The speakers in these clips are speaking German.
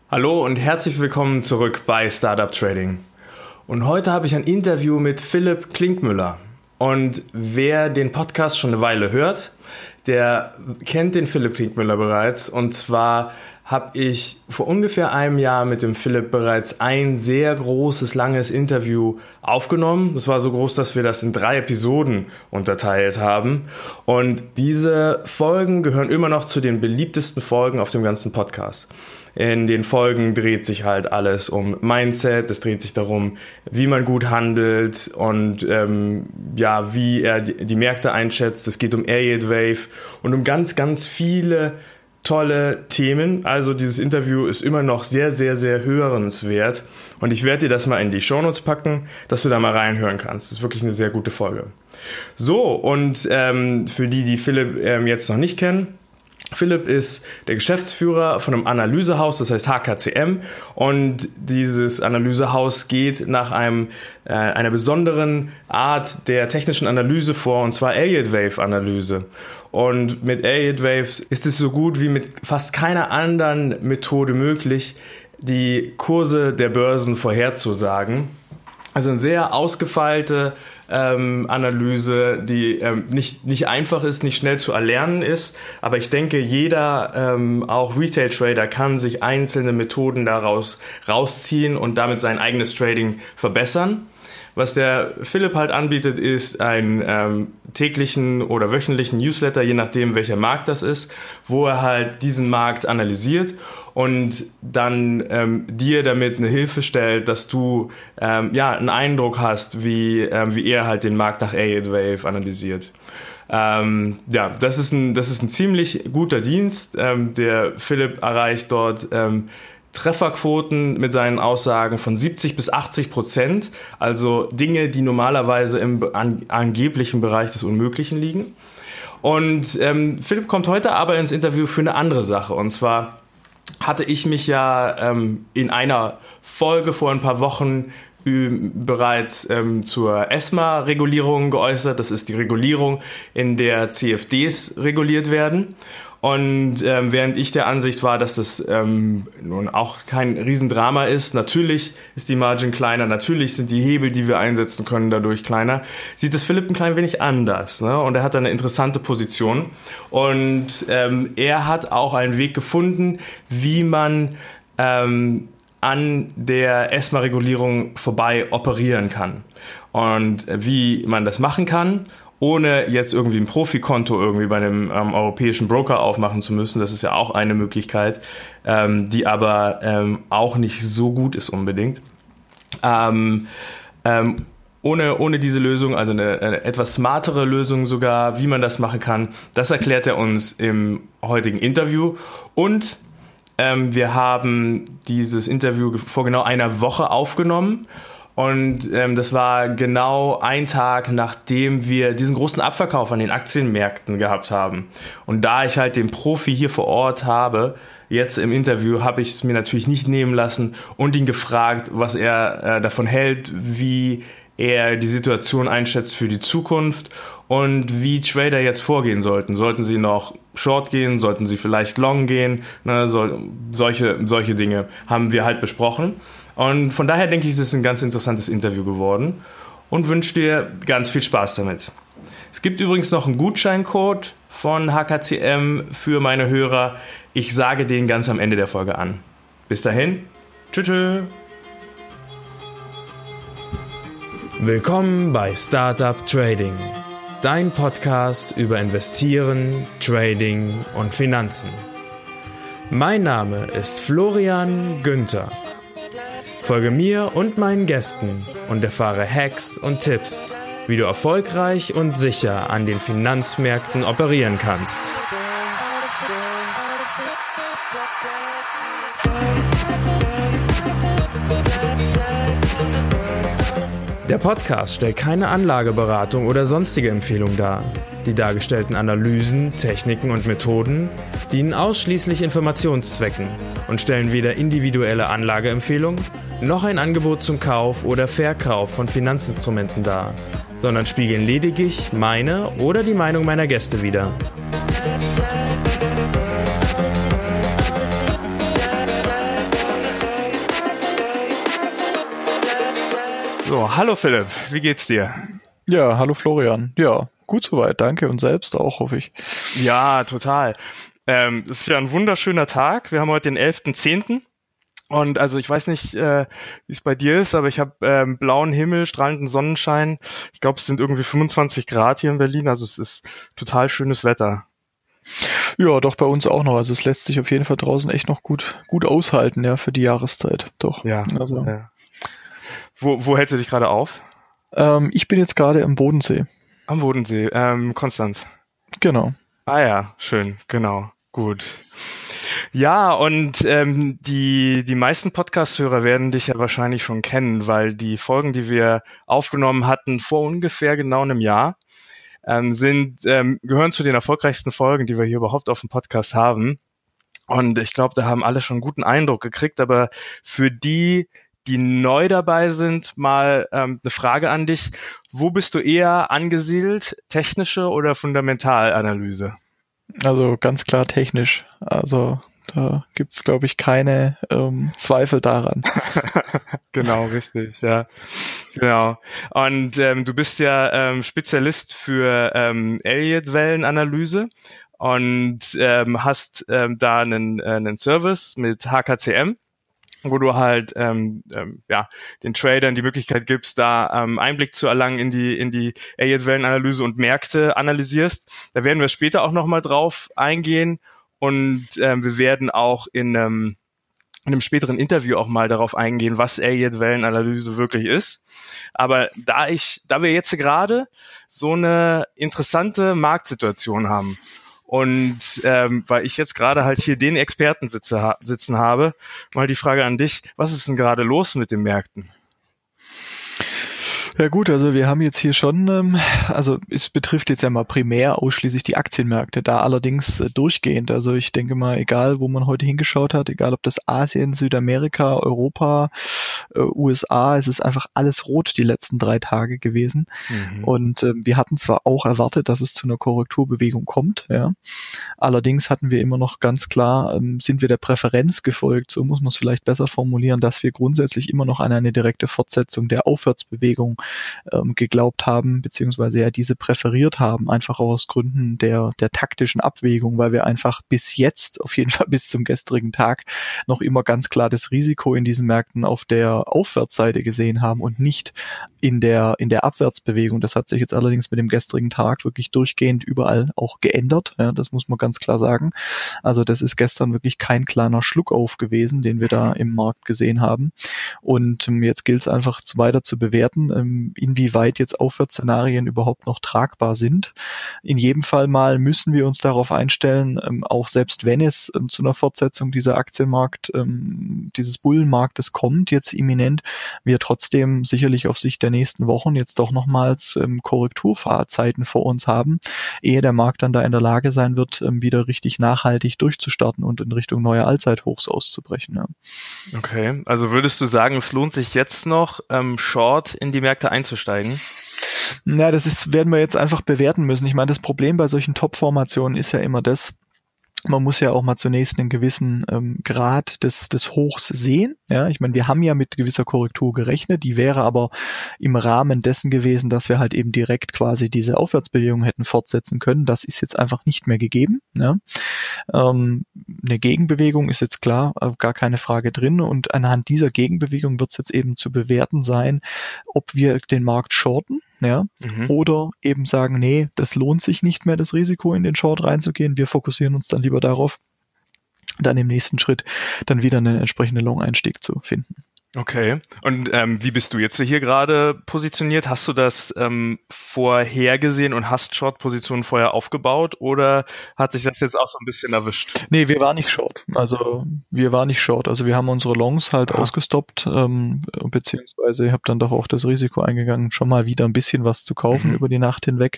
Hallo und herzlich willkommen zurück bei Startup Trading. Und heute habe ich ein Interview mit Philipp Klinkmüller. Und wer den Podcast schon eine Weile hört, der kennt den Philipp Klinkmüller bereits. Und zwar habe ich vor ungefähr einem Jahr mit dem Philipp bereits ein sehr großes, langes Interview aufgenommen. Das war so groß, dass wir das in 3 Episoden unterteilt haben. Und diese Folgen gehören immer noch zu den beliebtesten Folgen auf dem ganzen Podcast. In den Folgen dreht sich halt alles um Mindset, es dreht sich darum, wie man gut handelt und wie er die Märkte einschätzt. Es geht um Elliott Wave und um ganz, ganz viele tolle Themen. Also dieses Interview ist immer noch sehr, sehr, sehr hörenswert und ich werde dir das mal in die Shownotes packen, dass du da mal reinhören kannst. Das ist wirklich eine sehr gute Folge. So, und für die Philipp jetzt noch nicht kennen, Philipp ist der Geschäftsführer von einem Analysehaus, das heißt HKCM, und dieses Analysehaus geht nach einer besonderen Art der technischen Analyse vor, und zwar Elliott Wave Analyse. Und mit Elliott Waves ist es so gut wie mit fast keiner anderen Methode möglich, die Kurse der Börsen vorherzusagen. Also eine sehr ausgefeilte Analyse, die nicht einfach ist, nicht schnell zu erlernen ist. Aber ich denke, jeder, auch Retail-Trader, kann sich einzelne Methoden daraus rausziehen und damit sein eigenes Trading verbessern. Was der Philipp halt anbietet, ist einen täglichen oder wöchentlichen Newsletter, je nachdem welcher Markt das ist, wo er halt diesen Markt analysiert und dann dir damit eine Hilfe stellt, dass du einen Eindruck hast, wie er halt den Markt nach Elliott Wave analysiert. Das ist ein ziemlich guter Dienst. Der Philipp erreicht dort Trefferquoten mit seinen Aussagen von 70-80%, also Dinge, die normalerweise im angeblichen Bereich des Unmöglichen liegen. Und Philipp kommt heute aber ins Interview für eine andere Sache. Und zwar hatte ich mich ja in einer Folge vor ein paar Wochen bereits zur ESMA-Regulierung geäußert. Das ist die Regulierung, in der CFDs reguliert werden. Und während ich der Ansicht war, dass das nun auch kein Riesendrama ist, natürlich ist die Margin kleiner, natürlich sind die Hebel, die wir einsetzen können, dadurch kleiner, sieht das Philipp ein klein wenig anders, ne? Und er hat da eine interessante Position. Und er hat auch einen Weg gefunden, wie man an der ESMA-Regulierung vorbei operieren kann. Und wie man das machen kann, ohne jetzt irgendwie ein Profikonto irgendwie bei einem europäischen Broker aufmachen zu müssen. Das ist ja auch eine Möglichkeit, die aber auch nicht so gut ist unbedingt. Ohne diese Lösung, also eine etwas smartere Lösung sogar, wie man das machen kann, das erklärt er uns im heutigen Interview. Und wir haben dieses Interview vor genau einer Woche aufgenommen. Und das war genau ein Tag, nachdem wir diesen großen Abverkauf an den Aktienmärkten gehabt haben. Und da ich halt den Profi hier vor Ort habe, jetzt im Interview, habe ich es mir natürlich nicht nehmen lassen und ihn gefragt, was er davon hält, wie er die Situation einschätzt für die Zukunft und wie Trader jetzt vorgehen sollten. Sollten sie noch Short gehen, sollten sie vielleicht Long gehen, solche Dinge haben wir halt besprochen. Und von daher denke ich, es ist ein ganz interessantes Interview geworden und wünsche dir ganz viel Spaß damit. Es gibt übrigens noch einen Gutscheincode von HKCM für meine Hörer. Ich sage den ganz am Ende der Folge an. Bis dahin, tschüss. Willkommen bei Startup Trading, dein Podcast über Investieren, Trading und Finanzen. Mein Name ist Florian Günther. Folge mir und meinen Gästen und erfahre Hacks und Tipps, wie du erfolgreich und sicher an den Finanzmärkten operieren kannst. Der Podcast stellt keine Anlageberatung oder sonstige Empfehlung dar. Die dargestellten Analysen, Techniken und Methoden dienen ausschließlich Informationszwecken und stellen weder individuelle Anlageempfehlungen noch ein Angebot zum Kauf oder Verkauf von Finanzinstrumenten dar, sondern spiegeln lediglich meine oder die Meinung meiner Gäste wider. So, hallo Philipp, wie geht's dir? Ja, hallo Florian. Ja, gut soweit, danke. Und selbst auch, hoffe ich. Ja, total. Es ist ja ein wunderschöner Tag. Wir haben heute den 11.10. Und also ich weiß nicht, wie es bei dir ist, aber ich habe blauen Himmel, strahlenden Sonnenschein. Ich glaube, es sind irgendwie 25 Grad hier in Berlin. Also es ist total schönes Wetter. Ja, doch bei uns auch noch. Also es lässt sich auf jeden Fall draußen echt noch gut aushalten, ja, für die Jahreszeit. Doch. Ja. Also. Ja. Wo hältst du dich gerade auf? Ich bin jetzt gerade am Bodensee. Am Bodensee, Konstanz. Genau. Ah ja, schön, genau, gut. Ja, und die meisten Podcast-Hörer werden dich ja wahrscheinlich schon kennen, weil die Folgen, die wir aufgenommen hatten vor ungefähr genau einem Jahr, gehören zu den erfolgreichsten Folgen, die wir hier überhaupt auf dem Podcast haben. Und ich glaube, da haben alle schon einen guten Eindruck gekriegt, aber für die neu dabei sind, mal eine Frage an dich. Wo bist du eher angesiedelt? Technische oder Fundamentalanalyse? Also ganz klar technisch. Also da gibt's, glaube ich, keine Zweifel daran. Genau, richtig, ja. Genau. Und du bist ja Spezialist für Elliott-Wellenanalyse und hast da einen Service mit HKCM, wo du halt den Tradern die Möglichkeit gibst, da Einblick zu erlangen in die Elliott-Wellenanalyse und Märkte analysierst. Da werden wir später auch nochmal drauf eingehen und wir werden auch in einem späteren Interview auch mal darauf eingehen, was Elliott-Wellenanalyse wirklich ist. Aber da wir jetzt gerade so eine interessante Marktsituation haben, und weil ich jetzt gerade halt hier den Experten sitzen habe, mal die Frage an dich, was ist denn gerade los mit den Märkten? Ja gut, also wir haben jetzt hier schon, also es betrifft jetzt ja mal primär ausschließlich die Aktienmärkte, da allerdings durchgehend. Also ich denke mal, egal wo man heute hingeschaut hat, egal ob das Asien, Südamerika, Europa, USA, es ist einfach alles rot die letzten 3 Tage gewesen. Mhm. Und wir hatten zwar auch erwartet, dass es zu einer Korrekturbewegung kommt, ja. Allerdings hatten wir immer noch ganz klar, sind wir der Präferenz gefolgt, so muss man es vielleicht besser formulieren, dass wir grundsätzlich immer noch an eine direkte Fortsetzung der Aufwärtsbewegung geglaubt haben, beziehungsweise ja diese präferiert haben, einfach aus Gründen der taktischen Abwägung, weil wir einfach bis jetzt, auf jeden Fall bis zum gestrigen Tag, noch immer ganz klar das Risiko in diesen Märkten auf der Aufwärtsseite gesehen haben und nicht in der Abwärtsbewegung. Das hat sich jetzt allerdings mit dem gestrigen Tag wirklich durchgehend überall auch geändert. Ja, das muss man ganz klar sagen. Also das ist gestern wirklich kein kleiner Schluckauf gewesen, den wir da im Markt gesehen haben. Und jetzt gilt es einfach weiter zu bewerten, inwieweit jetzt Aufwärtsszenarien überhaupt noch tragbar sind. In jedem Fall mal müssen wir uns darauf einstellen, auch selbst wenn es zu einer Fortsetzung dieser Aktienmarkt, dieses Bullenmarktes kommt, jetzt imminent, wir trotzdem sicherlich auf Sicht der nächsten Wochen jetzt doch nochmals Korrekturfahrzeiten vor uns haben, ehe der Markt dann da in der Lage sein wird, wieder richtig nachhaltig durchzustarten und in Richtung neuer Allzeithochs auszubrechen. Ja. Okay, also würdest du sagen, es lohnt sich jetzt noch, Short in die Märkte einzusteigen? Na, werden wir jetzt einfach bewerten müssen. Ich meine, das Problem bei solchen Top-Formationen ist ja immer das, man muss ja auch mal zunächst einen gewissen Grad des Hochs sehen. Ja, ich meine, wir haben ja mit gewisser Korrektur gerechnet, die wäre aber im Rahmen dessen gewesen, dass wir halt eben direkt quasi diese Aufwärtsbewegung hätten fortsetzen können. Das ist jetzt einfach nicht mehr gegeben. Ja. Eine Gegenbewegung ist jetzt klar, gar keine Frage drin. Und anhand dieser Gegenbewegung wird es jetzt eben zu bewerten sein, ob wir den Markt shorten. Ja, oder eben sagen, nee, das lohnt sich nicht mehr, das Risiko in den Short reinzugehen. Wir fokussieren uns dann lieber darauf, dann im nächsten Schritt dann wieder einen entsprechenden Long-Einstieg zu finden. Okay. Und wie bist du jetzt hier gerade positioniert? Hast du das vorhergesehen und hast Short-Positionen vorher aufgebaut oder hat sich das jetzt auch so ein bisschen erwischt? Nee, wir waren nicht Short. Also wir haben unsere Longs halt ausgestoppt, beziehungsweise ich habe dann doch auch das Risiko eingegangen, schon mal wieder ein bisschen was zu kaufen über die Nacht hinweg.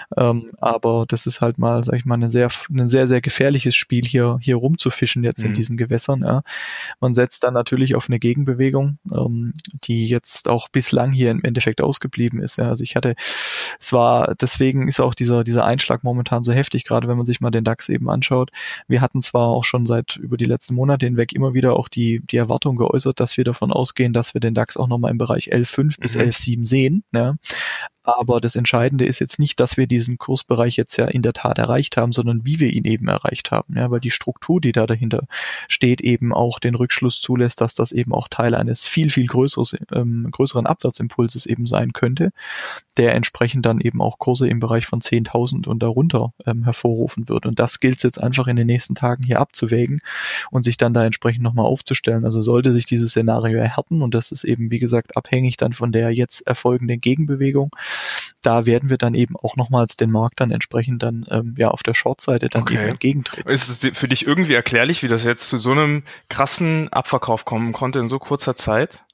Aber das ist halt mal, sag ich mal, ein sehr, sehr gefährliches Spiel hier rumzufischen jetzt in diesen Gewässern. Ja. Man setzt dann natürlich auf eine Gegenbewegung, Bewegung, die jetzt auch bislang hier im Endeffekt ausgeblieben ist. Ja. Also deswegen ist auch dieser Einschlag momentan so heftig, gerade wenn man sich mal den DAX eben anschaut. Wir hatten zwar auch schon seit über die letzten Monate hinweg immer wieder auch die Erwartung geäußert, dass wir davon ausgehen, dass wir den DAX auch nochmal im Bereich 11,5 bis 11,7 sehen. Ja. Aber das Entscheidende ist jetzt nicht, dass wir diesen Kursbereich jetzt ja in der Tat erreicht haben, sondern wie wir ihn eben erreicht haben. Ja, weil die Struktur, die da dahinter steht, eben auch den Rückschluss zulässt, dass das eben auch Teil eines viel, viel größeren Abwärtsimpulses eben sein könnte, der entsprechend dann eben auch Kurse im Bereich von 10.000 und darunter hervorrufen wird. Und das gilt es jetzt einfach in den nächsten Tagen hier abzuwägen und sich dann da entsprechend nochmal aufzustellen. Also sollte sich dieses Szenario erhärten, und das ist eben, wie gesagt, abhängig dann von der jetzt erfolgenden Gegenbewegung, da werden wir dann eben auch nochmals den Markt dann entsprechend dann auf der Short-Seite dann eben entgegentreten. Ist es für dich irgendwie erklärlich, wie das jetzt zu so einem krassen Abverkauf kommen konnte in so kurzer Zeit?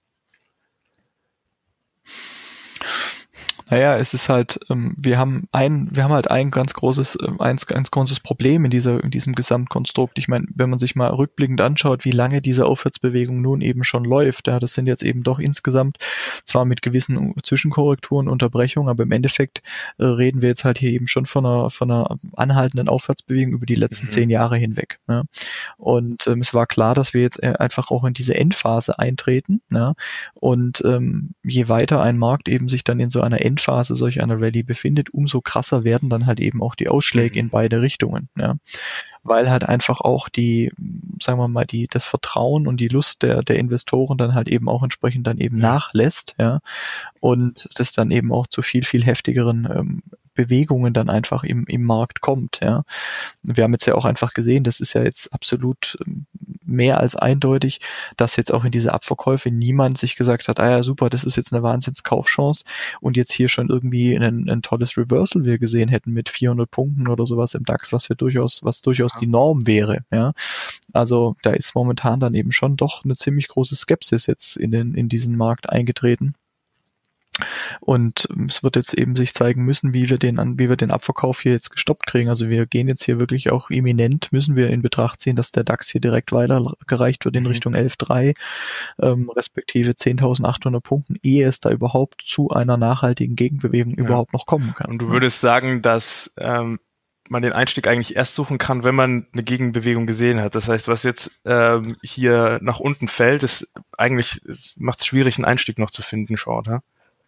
Naja, es ist halt, wir haben halt ein ganz großes Problem in diesem Gesamtkonstrukt. Ich meine, wenn man sich mal rückblickend anschaut, wie lange diese Aufwärtsbewegung nun eben schon läuft, ja, das sind jetzt eben doch insgesamt zwar mit gewissen Zwischenkorrekturen, Unterbrechungen, aber im Endeffekt reden wir jetzt halt hier eben schon von einer anhaltenden Aufwärtsbewegung über die letzten 10 Jahre hinweg. Ja. Und es war klar, dass wir jetzt einfach auch in diese Endphase eintreten. Ja. Und je weiter ein Markt eben sich dann in so einer Phase solch einer Rallye befindet, umso krasser werden dann halt eben auch die Ausschläge in beide Richtungen, ja. Weil halt einfach auch das Vertrauen und die Lust der Investoren dann halt eben auch entsprechend dann eben nachlässt, ja. Und das dann eben auch zu viel, viel heftigeren Bewegungen dann einfach im Markt kommt, ja. Wir haben jetzt ja auch einfach gesehen, das ist ja jetzt absolut mehr als eindeutig, dass jetzt auch in diese Abverkäufe niemand sich gesagt hat, ja super, das ist jetzt eine Wahnsinnskaufchance und jetzt hier schon irgendwie ein tolles Reversal wir gesehen hätten mit 400 Punkten oder sowas im DAX, was durchaus die Norm wäre, ja. Also da ist momentan dann eben schon doch eine ziemlich große Skepsis jetzt in diesen Markt eingetreten. Und es wird jetzt eben sich zeigen müssen, wie wir den Abverkauf hier jetzt gestoppt kriegen. Also wir gehen jetzt hier wirklich auch imminent, müssen wir in Betracht ziehen, dass der DAX hier direkt weitergereicht wird in Richtung 11,3, respektive 10.800 Punkten, ehe es da überhaupt zu einer nachhaltigen Gegenbewegung überhaupt noch kommen kann. Und du würdest sagen, dass man den Einstieg eigentlich erst suchen kann, wenn man eine Gegenbewegung gesehen hat. Das heißt, was jetzt hier nach unten fällt, ist eigentlich, macht es schwierig, einen Einstieg noch zu finden, Short, ja?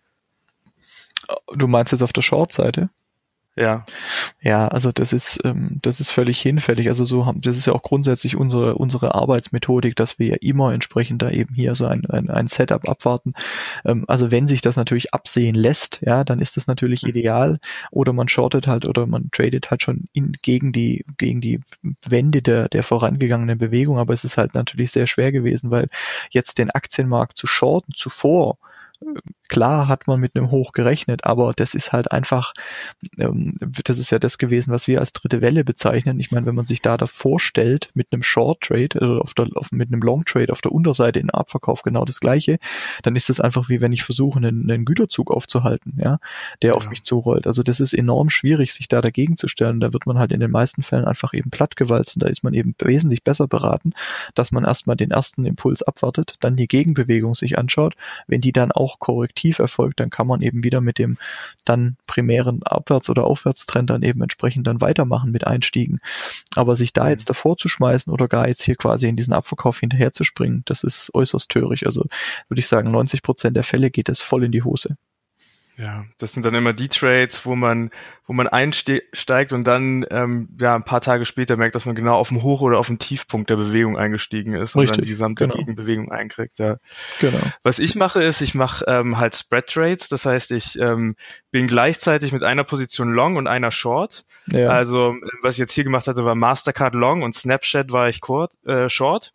Du meinst jetzt auf der Short-Seite? Ja. Ja, also das ist völlig hinfällig. Also das ist ja auch grundsätzlich unsere Arbeitsmethodik, dass wir ja immer entsprechend da eben hier so ein Setup abwarten. Also wenn sich das natürlich absehen lässt, ja, dann ist das natürlich ideal. Oder man shortet halt oder man tradet halt schon gegen die Wende der vorangegangenen Bewegung. Aber es ist halt natürlich sehr schwer gewesen, weil jetzt den Aktienmarkt zu shorten zuvor, klar hat man mit einem Hoch gerechnet, aber das ist halt einfach, das ist ja das gewesen, was wir als dritte Welle bezeichnen. Ich meine, wenn man sich da vorstellt, mit einem Short Trade, mit einem Long Trade auf der Unterseite in Abverkauf genau das Gleiche, dann ist das einfach wie wenn ich versuche, einen Güterzug aufzuhalten, ja, der auf mich zurollt. Also das ist enorm schwierig, sich da dagegen zu stellen. Da wird man halt in den meisten Fällen einfach eben plattgewalzt. Da ist man eben wesentlich besser beraten, dass man erstmal den ersten Impuls abwartet, dann die Gegenbewegung sich anschaut. Wenn die dann auch korrektiv erfolgt, dann kann man eben wieder mit dem dann primären Abwärts- oder Aufwärtstrend dann eben entsprechend dann weitermachen mit Einstiegen. Aber sich da jetzt davor zu schmeißen oder gar jetzt hier quasi in diesen Abverkauf hinterher zu springen, das ist äußerst töricht. Also würde ich sagen, 90% der Fälle geht es voll in die Hose. Ja, das sind dann immer die Trades, wo man einsteigt und dann ein paar Tage später merkt, dass man genau auf dem Hoch- oder auf dem Tiefpunkt der Bewegung eingestiegen ist und dann die gesamte Gegenbewegung einkriegt. Ja. Genau. Was ich mache, ist, ich mache halt Spread Trades. Das heißt, ich bin gleichzeitig mit einer Position Long und einer Short. Ja. Also was ich jetzt hier gemacht hatte, war Mastercard Long und Snapchat war ich Short.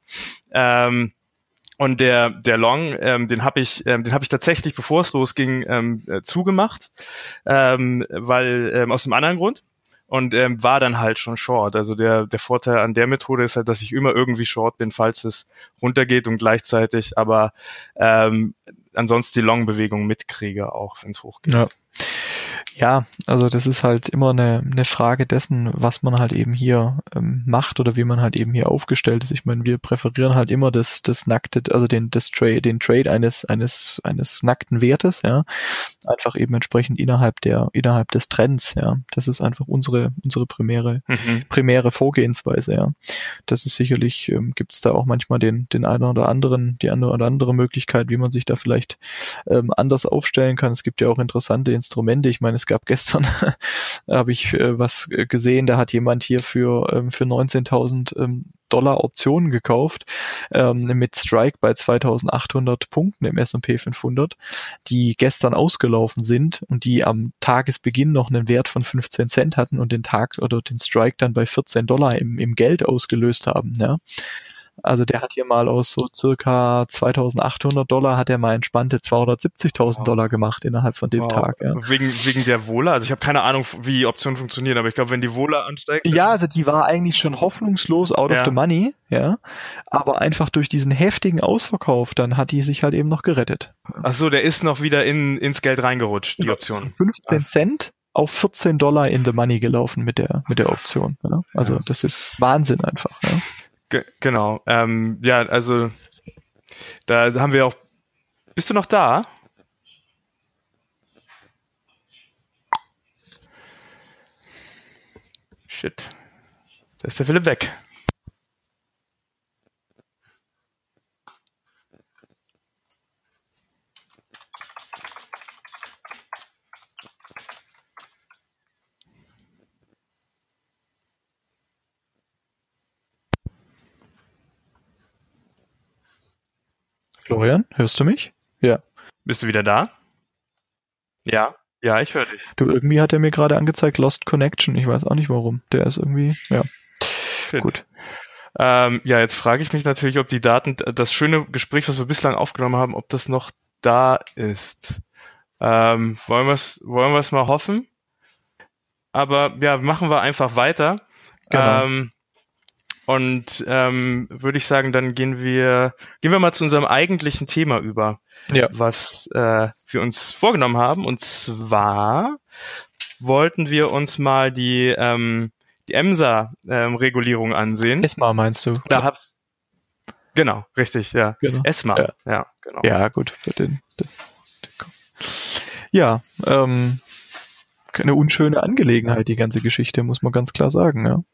Und der Long, den habe ich tatsächlich, bevor es losging, zugemacht, weil aus einem anderen Grund und war dann halt schon Short. Also der Vorteil an der Methode ist halt, dass ich immer irgendwie Short bin, falls es runtergeht und gleichzeitig aber ansonsten die Long-Bewegung mitkriege, auch wenn es hochgeht. Ja, also das ist halt immer eine Frage dessen, was man halt eben hier macht oder wie man halt eben hier aufgestellt ist. Ich meine, wir präferieren halt immer das nackte, also den Trade eines nackten Wertes, ja, einfach eben entsprechend innerhalb des Trends, ja. Das ist einfach unsere primäre Vorgehensweise, ja. Das ist sicherlich, gibt's da auch manchmal die eine oder andere Möglichkeit, wie man sich da vielleicht anders aufstellen kann. Es gibt ja auch interessante Instrumente. Ich meine, es gab gestern, habe ich was gesehen, da hat jemand hier für 19.000 Dollar Optionen gekauft, mit Strike bei 2.800 Punkten im S&P 500, die gestern ausgelaufen sind und die am Tagesbeginn noch einen Wert von 15 Cent hatten und den Strike dann bei 14 Dollar im Geld ausgelöst haben, ja. Also der hat hier mal aus so circa 2.800 Dollar hat er mal entspannte 270.000 Dollar gemacht innerhalb von dem Tag. Ja. Wegen der Vola? Also ich habe keine Ahnung, wie Optionen funktionieren, aber ich glaube, wenn die Vola ansteigt... Ja, also die war eigentlich schon hoffnungslos out of the money, ja. Aber einfach durch diesen heftigen Ausverkauf, dann hat die sich halt eben noch gerettet. Ach so, der ist noch wieder ins Geld reingerutscht, die Option. 15 Cent auf 14 Dollar in the money gelaufen mit der Option. Ja. Also das ist Wahnsinn einfach, ja. Genau. Ja, also da haben wir auch... Bist du noch da? Shit. Da ist der Philipp weg. Florian, hörst du mich? Ja. Bist du wieder da? Ja. Ja, ich höre dich. Du, irgendwie hat er mir gerade angezeigt, Lost Connection. Ich weiß auch nicht warum. Der ist irgendwie, ja. Shit. Gut. Ja, jetzt frage ich mich natürlich, ob die Daten, das schöne Gespräch, was wir bislang aufgenommen haben, ob das noch da ist. Wollen wir es mal hoffen? Aber ja, machen wir einfach weiter. Genau. Würde ich sagen, dann gehen wir mal zu unserem eigentlichen Thema über, was wir uns vorgenommen haben. Und zwar wollten wir uns mal die EMSA-Regulierung ansehen. ESMA meinst du? Genau, richtig, ja. Genau. ESMA, ja, genau. Ja, gut. Ja, eine unschöne Angelegenheit, die ganze Geschichte, muss man ganz klar sagen, ja.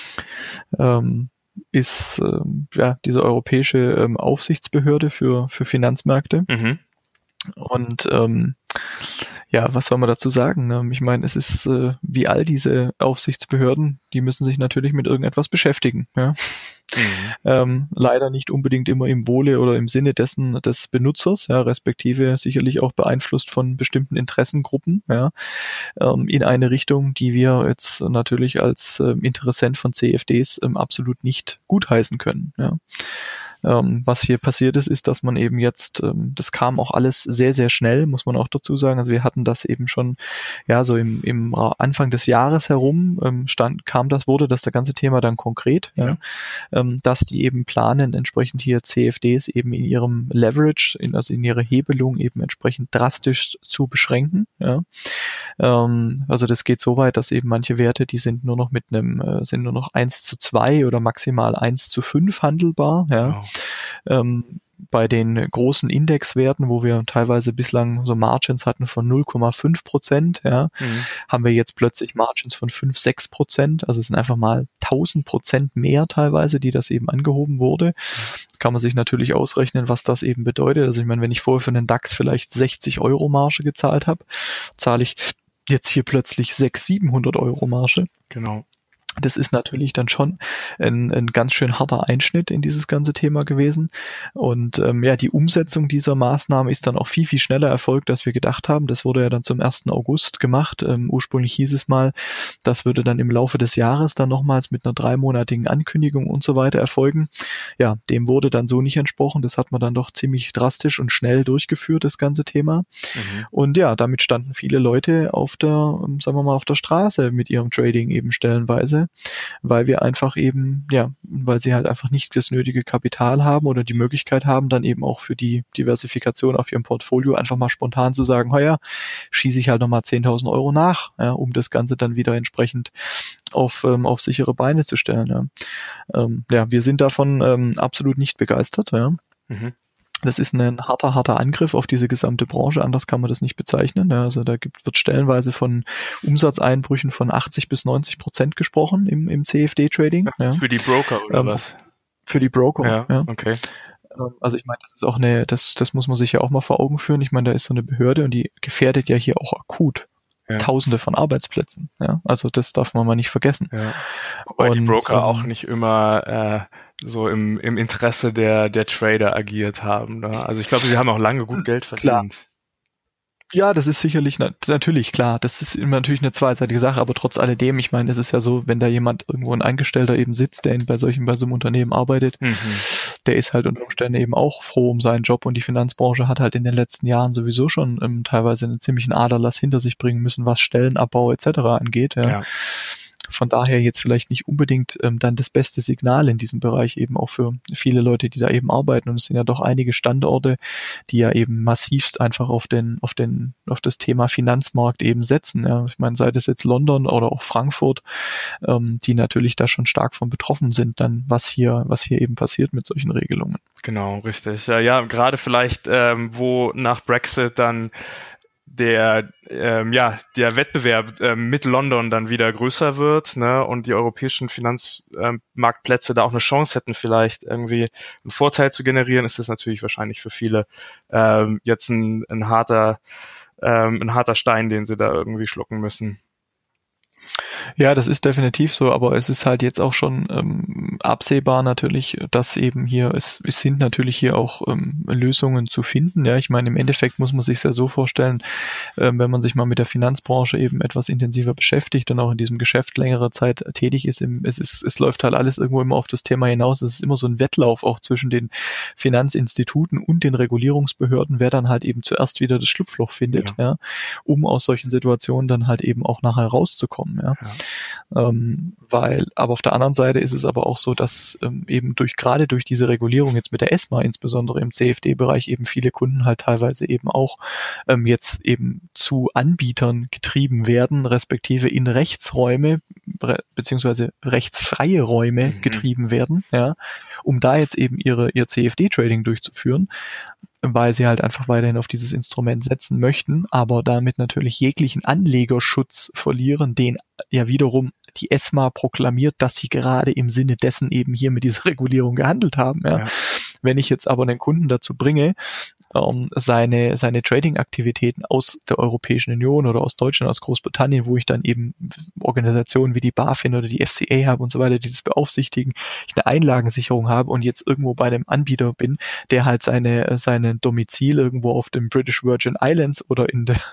Ist diese europäische Aufsichtsbehörde für Finanzmärkte. Mhm. Und was soll man dazu sagen? Ich meine, es ist wie all diese Aufsichtsbehörden, die müssen sich natürlich mit irgendetwas beschäftigen. Ja? Leider nicht unbedingt immer im Wohle oder im Sinne des Benutzers, ja, respektive sicherlich auch beeinflusst von bestimmten Interessengruppen, ja, in eine Richtung, die wir jetzt natürlich als Interessent von CFDs absolut nicht gutheißen können. Ja. Was hier passiert ist, dass man eben jetzt, das kam auch alles sehr, sehr schnell, muss man auch dazu sagen. Also wir hatten das eben schon, ja, so im Anfang des Jahres herum wurde das ganze Thema dann konkret, ja, dass die eben planen, entsprechend hier CFDs eben in ihrem Leverage, also in ihrer Hebelung eben entsprechend drastisch zu beschränken, ja. Also das geht so weit, dass eben manche Werte, die sind nur noch sind nur noch 1:2 oder maximal 1:5 handelbar, ja. Bei den großen Indexwerten, wo wir teilweise bislang so Margins hatten von 0,5%, ja, haben wir jetzt plötzlich Margins von 5-6%. Also es sind einfach mal 1000% mehr teilweise, die das eben angehoben wurde. Kann man sich natürlich ausrechnen, was das eben bedeutet. Also ich meine, wenn ich vorher für einen DAX vielleicht 60 € Marge gezahlt habe, zahle ich jetzt hier plötzlich 600-700 € Marge. Genau. Das ist natürlich dann schon ein ganz schön harter Einschnitt in dieses ganze Thema gewesen. Und die Umsetzung dieser Maßnahme ist dann auch viel, viel schneller erfolgt, als wir gedacht haben. Das wurde ja dann zum 1. August gemacht. Ursprünglich hieß es mal, das würde dann im Laufe des Jahres dann nochmals mit einer 3-monatigen Ankündigung und so weiter erfolgen. Ja, dem wurde dann so nicht entsprochen. Das hat man dann doch ziemlich drastisch und schnell durchgeführt, das ganze Thema. Und ja, damit standen viele Leute auf der Straße mit ihrem Trading eben stellenweise. teilweise, weil wir einfach eben, weil sie halt einfach nicht das nötige Kapital haben oder die Möglichkeit haben, dann eben auch für die Diversifikation auf ihrem Portfolio einfach mal spontan zu sagen, schieße ich halt nochmal 10.000 Euro nach, um das Ganze dann wieder entsprechend auf sichere Beine zu stellen. Wir sind davon absolut nicht begeistert. Ja. Mhm. Das ist ein harter Angriff auf diese gesamte Branche, anders kann man das nicht bezeichnen. Ja, also da wird stellenweise von Umsatzeinbrüchen von 80-90% gesprochen im CFD-Trading. Ja. Für die Broker oder was? Für die Broker, ja. Okay. Also ich meine, das ist auch das muss man sich ja auch mal vor Augen führen. Ich meine, da ist so eine Behörde und die gefährdet ja hier auch akut Tausende von Arbeitsplätzen. Ja, also das darf man mal nicht vergessen. Ja. Weil die Broker auch nicht immer so im Interesse der Trader agiert haben. Ne? Also ich glaube, sie haben auch lange gut Geld verdient. Klar. Ja, das ist sicherlich natürlich klar. Das ist immer natürlich eine zweiseitige Sache, aber trotz alledem, ich meine, es ist ja so, wenn da jemand irgendwo ein Angestellter eben sitzt, der bei so einem Unternehmen arbeitet, der ist halt unter Umständen eben auch froh um seinen Job und die Finanzbranche hat halt in den letzten Jahren sowieso schon teilweise einen ziemlichen Aderlass hinter sich bringen müssen, was Stellenabbau etc. angeht. Ja. Von daher jetzt vielleicht nicht unbedingt dann das beste Signal in diesem Bereich eben auch für viele Leute, die da eben arbeiten. Und es sind ja doch einige Standorte, die ja eben massivst einfach auf das Thema Finanzmarkt eben setzen. Ja. Ich meine, sei das jetzt London oder auch Frankfurt, die natürlich da schon stark von betroffen sind, dann was hier eben passiert mit solchen Regelungen. Genau, richtig. Ja, gerade vielleicht, wo nach Brexit dann der Wettbewerb mit London dann wieder größer wird, ne, und die europäischen Finanzmarktplätze da auch eine Chance hätten, vielleicht irgendwie einen Vorteil zu generieren, ist das natürlich wahrscheinlich für viele jetzt ein harter Stein, den sie da irgendwie schlucken müssen. Ja, das ist definitiv so, aber es ist halt jetzt auch schon absehbar natürlich, dass eben es sind natürlich hier auch Lösungen zu finden. Ja, ich meine, im Endeffekt muss man sich ja so vorstellen, wenn man sich mal mit der Finanzbranche eben etwas intensiver beschäftigt und auch in diesem Geschäft längere Zeit tätig ist, es läuft halt alles irgendwo immer auf das Thema hinaus. Es ist immer so ein Wettlauf auch zwischen den Finanzinstituten und den Regulierungsbehörden, wer dann halt eben zuerst wieder das Schlupfloch findet, um aus solchen Situationen dann halt eben auch nachher rauszukommen. Ja. Aber auf der anderen Seite ist es aber auch so, dass eben gerade durch diese Regulierung jetzt mit der ESMA, insbesondere im CFD-Bereich, eben viele Kunden halt teilweise eben auch jetzt eben zu Anbietern getrieben werden, respektive in Rechtsräume beziehungsweise rechtsfreie Räume getrieben werden, um da jetzt eben ihr CFD-Trading durchzuführen, weil sie halt einfach weiterhin auf dieses Instrument setzen möchten, aber damit natürlich jeglichen Anlegerschutz verlieren, den ja wiederum die ESMA proklamiert, dass sie gerade im Sinne dessen eben hier mit dieser Regulierung gehandelt haben. Ja. Wenn ich jetzt aber einen Kunden dazu bringe, seine Trading-Aktivitäten aus der Europäischen Union oder aus Deutschland, aus Großbritannien, wo ich dann eben Organisationen wie die BaFin oder die FCA habe und so weiter, die das beaufsichtigen, ich eine Einlagensicherung habe und jetzt irgendwo bei einem Anbieter bin, der halt seine Domizil irgendwo auf dem British Virgin Islands oder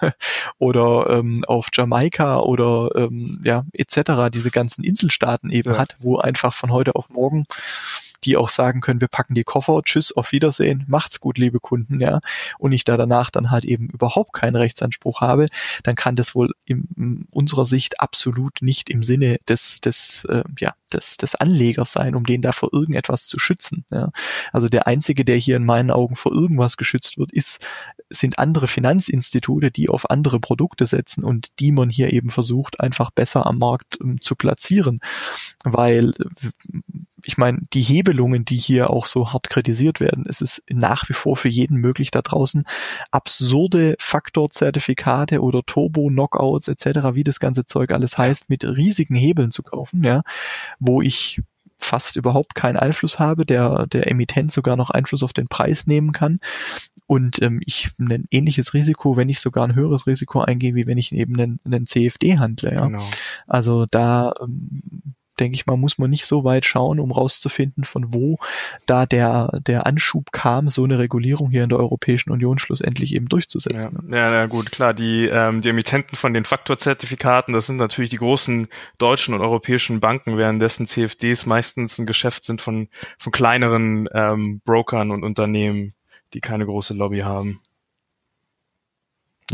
auf Jamaika oder etc. diese ganzen Inselstaaten eben hat, wo einfach von heute auf morgen die auch sagen können, wir packen die Koffer, tschüss, auf Wiedersehen, macht's gut, liebe Kunden, und ich da danach dann halt eben überhaupt keinen Rechtsanspruch habe, dann kann das wohl in unserer Sicht absolut nicht im Sinne des Anlegers sein, um den da vor irgendetwas zu schützen. Ja. Also der Einzige, der hier in meinen Augen vor irgendwas geschützt wird, sind andere Finanzinstitute, die auf andere Produkte setzen und die man hier eben versucht, einfach besser am Markt zu platzieren, weil ich meine, die Hebelungen, die hier auch so hart kritisiert werden, es ist nach wie vor für jeden möglich da draußen, absurde Faktorzertifikate oder Turbo-Knockouts etc., wie das ganze Zeug alles heißt, mit riesigen Hebeln zu kaufen, wo ich fast überhaupt keinen Einfluss habe, der Emittent sogar noch Einfluss auf den Preis nehmen kann und ich ein ähnliches Risiko, wenn nicht sogar ein höheres Risiko eingehe, wie wenn ich eben einen CFD handle. Ja. Genau. Also da denke ich mal, muss man nicht so weit schauen, um rauszufinden, von wo da der Anschub kam, so eine Regulierung hier in der Europäischen Union schlussendlich eben durchzusetzen. Ja, gut, klar. Die Emittenten von den Faktorzertifikaten, das sind natürlich die großen deutschen und europäischen Banken, währenddessen CFDs meistens ein Geschäft sind von kleineren Brokern und Unternehmen, die keine große Lobby haben. Ja.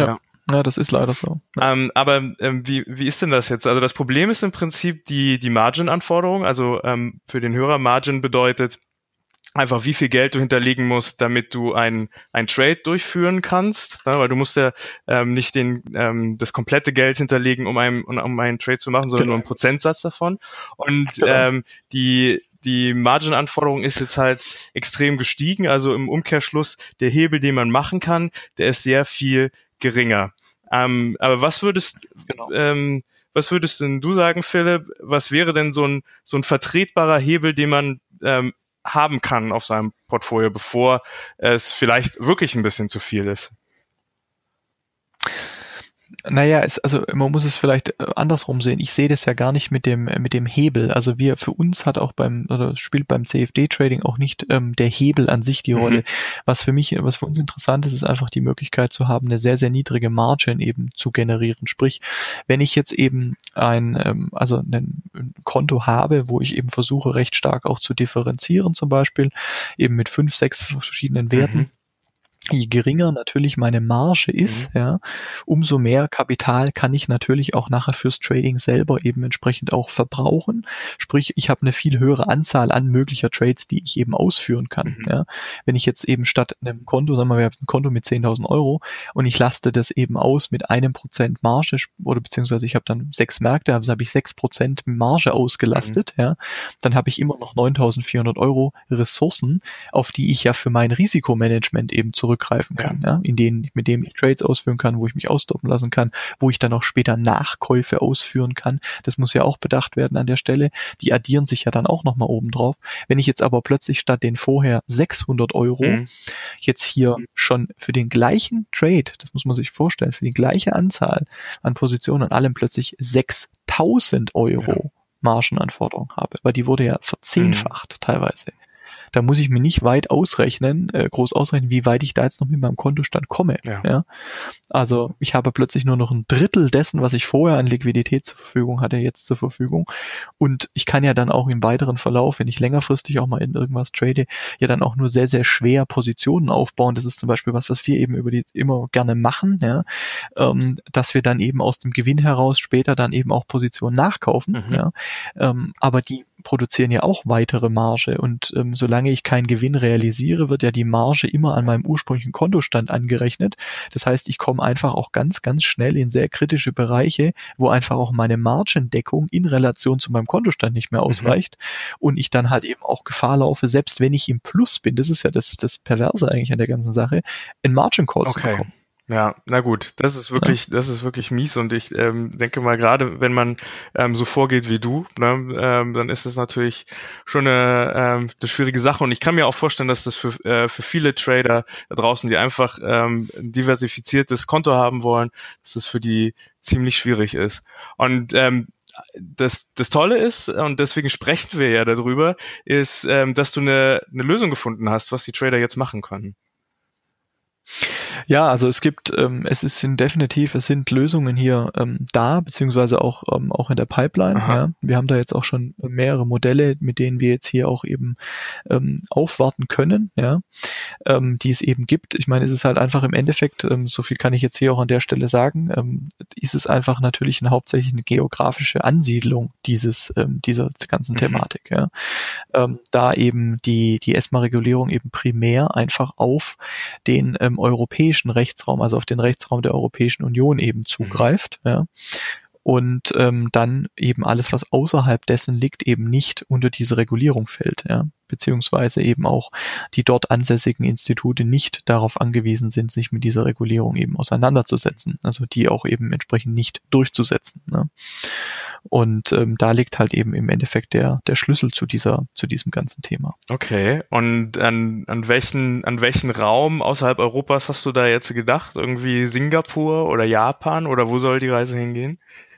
Ja, das ist leider so. Aber wie ist denn das jetzt? Also das Problem ist im Prinzip die Margin-Anforderung. Also für den Hörer Margin bedeutet einfach, wie viel Geld du hinterlegen musst, damit du ein Trade durchführen kannst. Ne? Weil du musst ja nicht das komplette Geld hinterlegen, um einen Trade zu machen, sondern nur einen Prozentsatz davon. Und die Margin-Anforderung ist jetzt halt extrem gestiegen. Also im Umkehrschluss, der Hebel, den man machen kann, der ist sehr viel geringer. Aber was würdest denn du sagen, Philipp? Was wäre denn so ein vertretbarer Hebel, den man haben kann auf seinem Portfolio, bevor es vielleicht wirklich ein bisschen zu viel ist? Naja, man muss es vielleicht andersrum sehen. Ich sehe das ja gar nicht mit dem Hebel. Also für uns hat auch spielt beim CFD-Trading auch nicht der Hebel an sich die Rolle. Was für uns interessant ist einfach die Möglichkeit zu haben, eine sehr, sehr niedrige Margin eben zu generieren. Sprich, wenn ich jetzt eben ein Konto habe, wo ich eben versuche, recht stark auch zu differenzieren, zum Beispiel eben mit 5, 6 verschiedenen Werten, je geringer natürlich meine Marge ist, umso mehr Kapital kann ich natürlich auch nachher fürs Trading selber eben entsprechend auch verbrauchen. Sprich, ich habe eine viel höhere Anzahl an möglicher Trades, die ich eben ausführen kann. Ja. Wenn ich jetzt eben statt einem Konto, sagen wir, wir haben ein Konto mit 10.000 Euro und ich laste das eben aus mit 1% Marge oder beziehungsweise ich habe dann 6 Märkte, also habe ich 6% Marge ausgelastet, dann habe ich immer noch 9.400 Euro Ressourcen, auf die ich ja für mein Risikomanagement eben zurückgreifen kann, mit dem ich Trades ausführen kann, wo ich mich ausstoppen lassen kann, wo ich dann auch später Nachkäufe ausführen kann. Das muss ja auch bedacht werden an der Stelle. Die addieren sich ja dann auch nochmal oben drauf. Wenn ich jetzt aber plötzlich statt den vorher 600 Euro jetzt hier schon für den gleichen Trade, das muss man sich vorstellen, für die gleiche Anzahl an Positionen und allem plötzlich 6.000 Euro Margenanforderung habe, weil die wurde ja verzehnfacht teilweise. Da muss ich mir nicht groß ausrechnen, wie weit ich da jetzt noch mit meinem Kontostand komme. Ja. Also ich habe plötzlich nur noch ein Drittel dessen, was ich vorher an Liquidität zur Verfügung hatte, jetzt zur Verfügung. Und ich kann ja dann auch im weiteren Verlauf, wenn ich längerfristig auch mal in irgendwas trade, ja dann auch nur sehr, sehr schwer Positionen aufbauen. Das ist zum Beispiel was wir eben immer gerne machen, dass wir dann eben aus dem Gewinn heraus später dann eben auch Positionen nachkaufen. Aber die produzieren ja auch weitere Marge und solange ich keinen Gewinn realisiere, wird ja die Marge immer an meinem ursprünglichen Kontostand angerechnet. Das heißt, ich komme einfach auch ganz, ganz schnell in sehr kritische Bereiche, wo einfach auch meine Margendeckung in Relation zu meinem Kontostand nicht mehr ausreicht und ich dann halt eben auch Gefahr laufe, selbst wenn ich im Plus bin, das ist ja das Perverse eigentlich an der ganzen Sache, einen Margin Call zu bekommen. Ja, na gut, das ist wirklich mies und ich denke mal, gerade wenn man so vorgeht wie du, dann ist das natürlich schon eine schwierige Sache und ich kann mir auch vorstellen, dass das für viele Trader da draußen, die einfach ein diversifiziertes Konto haben wollen, dass das für die ziemlich schwierig ist. Und das Tolle ist, und deswegen sprechen wir ja darüber, ist, dass du eine Lösung gefunden hast, was die Trader jetzt machen können. Ja, also es sind Lösungen hier da, beziehungsweise auch in der Pipeline. Ja. Wir haben da jetzt auch schon mehrere Modelle, mit denen wir jetzt hier auch eben aufwarten können, die es eben gibt. Ich meine, es ist halt einfach im Endeffekt, so viel kann ich jetzt hier auch an der Stelle sagen, ist es einfach natürlich hauptsächlich eine geografische Ansiedlung dieser ganzen Thematik. Ja. Da eben die ESMA-Regulierung eben primär einfach auf den europäischen Rechtsraum, also auf den Rechtsraum der Europäischen Union eben zugreift, und dann eben alles, was außerhalb dessen liegt, eben nicht unter diese Regulierung fällt, beziehungsweise eben auch die dort ansässigen Institute nicht darauf angewiesen sind, sich mit dieser Regulierung eben auseinanderzusetzen, also die auch eben entsprechend nicht durchzusetzen. Und da liegt halt eben im Endeffekt der Schlüssel zu diesem ganzen Thema. Okay, und an welchen Raum außerhalb Europas hast du da jetzt gedacht? Irgendwie Singapur oder Japan oder wo soll die Reise hingehen?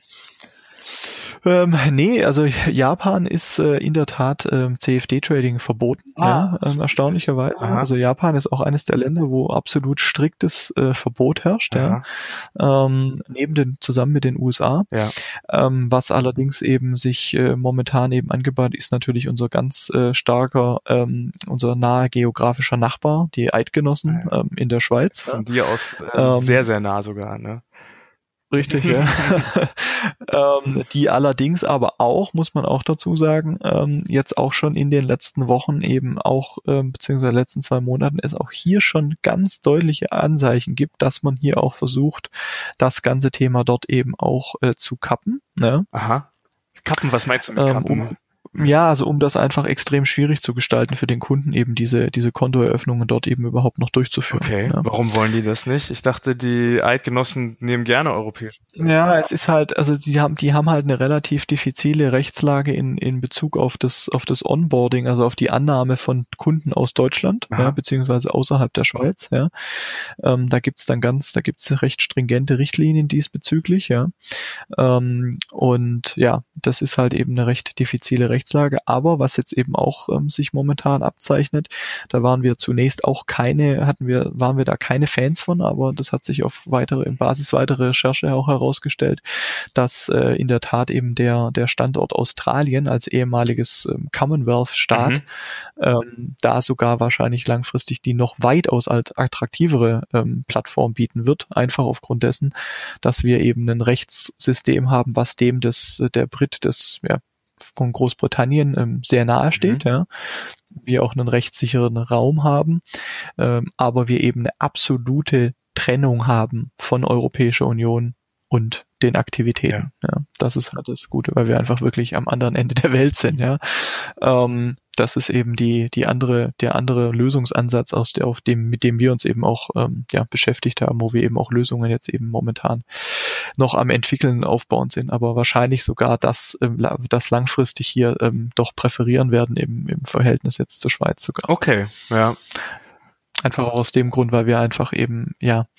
Nee, also Japan ist in der Tat CFD-Trading verboten, erstaunlicherweise. Aha. Also Japan ist auch eines der Länder, wo absolut striktes Verbot herrscht, zusammen mit den USA. Ja. Was allerdings eben sich momentan eben angebahnt, ist natürlich unser ganz unser nahe geografischer Nachbar, die Eidgenossen in der Schweiz. Von dir aus sehr, sehr nah sogar, ne? Richtig, ja. Die allerdings aber auch, muss man auch dazu sagen, jetzt auch schon in den letzten Wochen eben auch, beziehungsweise letzten 2 Monaten, es auch hier schon ganz deutliche Anzeichen gibt, dass man hier auch versucht, das ganze Thema dort eben auch zu kappen. Ne? Aha. Kappen, was meinst du mit Kappen? Um das einfach extrem schwierig zu gestalten für den Kunden, eben diese Kontoeröffnungen dort eben überhaupt noch durchzuführen. Okay, ne? Warum wollen die das nicht? Ich dachte, die Eidgenossen nehmen gerne europäisch. Ja, es ist halt, also die haben halt eine relativ diffizile Rechtslage in Bezug auf das Onboarding, also auf die Annahme von Kunden aus Deutschland, beziehungsweise außerhalb der Schweiz. Ja. Da gibt's recht stringente Richtlinien diesbezüglich. Ja. Und ja, das ist halt eben eine recht diffizile Rechtslage. Aber was jetzt eben auch sich momentan abzeichnet, da waren wir zunächst auch waren wir da keine Fans von, aber das hat sich in Basis weiterer Recherche auch herausgestellt, dass in der Tat eben der Standort Australien als ehemaliges Commonwealth-Staat da sogar wahrscheinlich langfristig die noch weitaus attraktivere Plattform bieten wird, einfach aufgrund dessen, dass wir eben ein Rechtssystem haben, was dem der Brit von Großbritannien sehr nahe steht, ja. Wir auch einen rechtssicheren Raum haben, aber wir eben eine absolute Trennung haben von Europäischer Union und den Aktivitäten. Ja. Das ist halt das Gute, weil wir einfach wirklich am anderen Ende der Welt sind. Ja. Das ist eben der andere Lösungsansatz, mit dem wir uns eben auch beschäftigt haben, wo wir eben auch Lösungen jetzt eben momentan noch am Entwickeln, aufbauen sind, aber wahrscheinlich sogar das langfristig hier doch präferieren werden im Verhältnis jetzt zur Schweiz sogar. Okay, ja. Einfach aus dem Grund, weil wir einfach eben,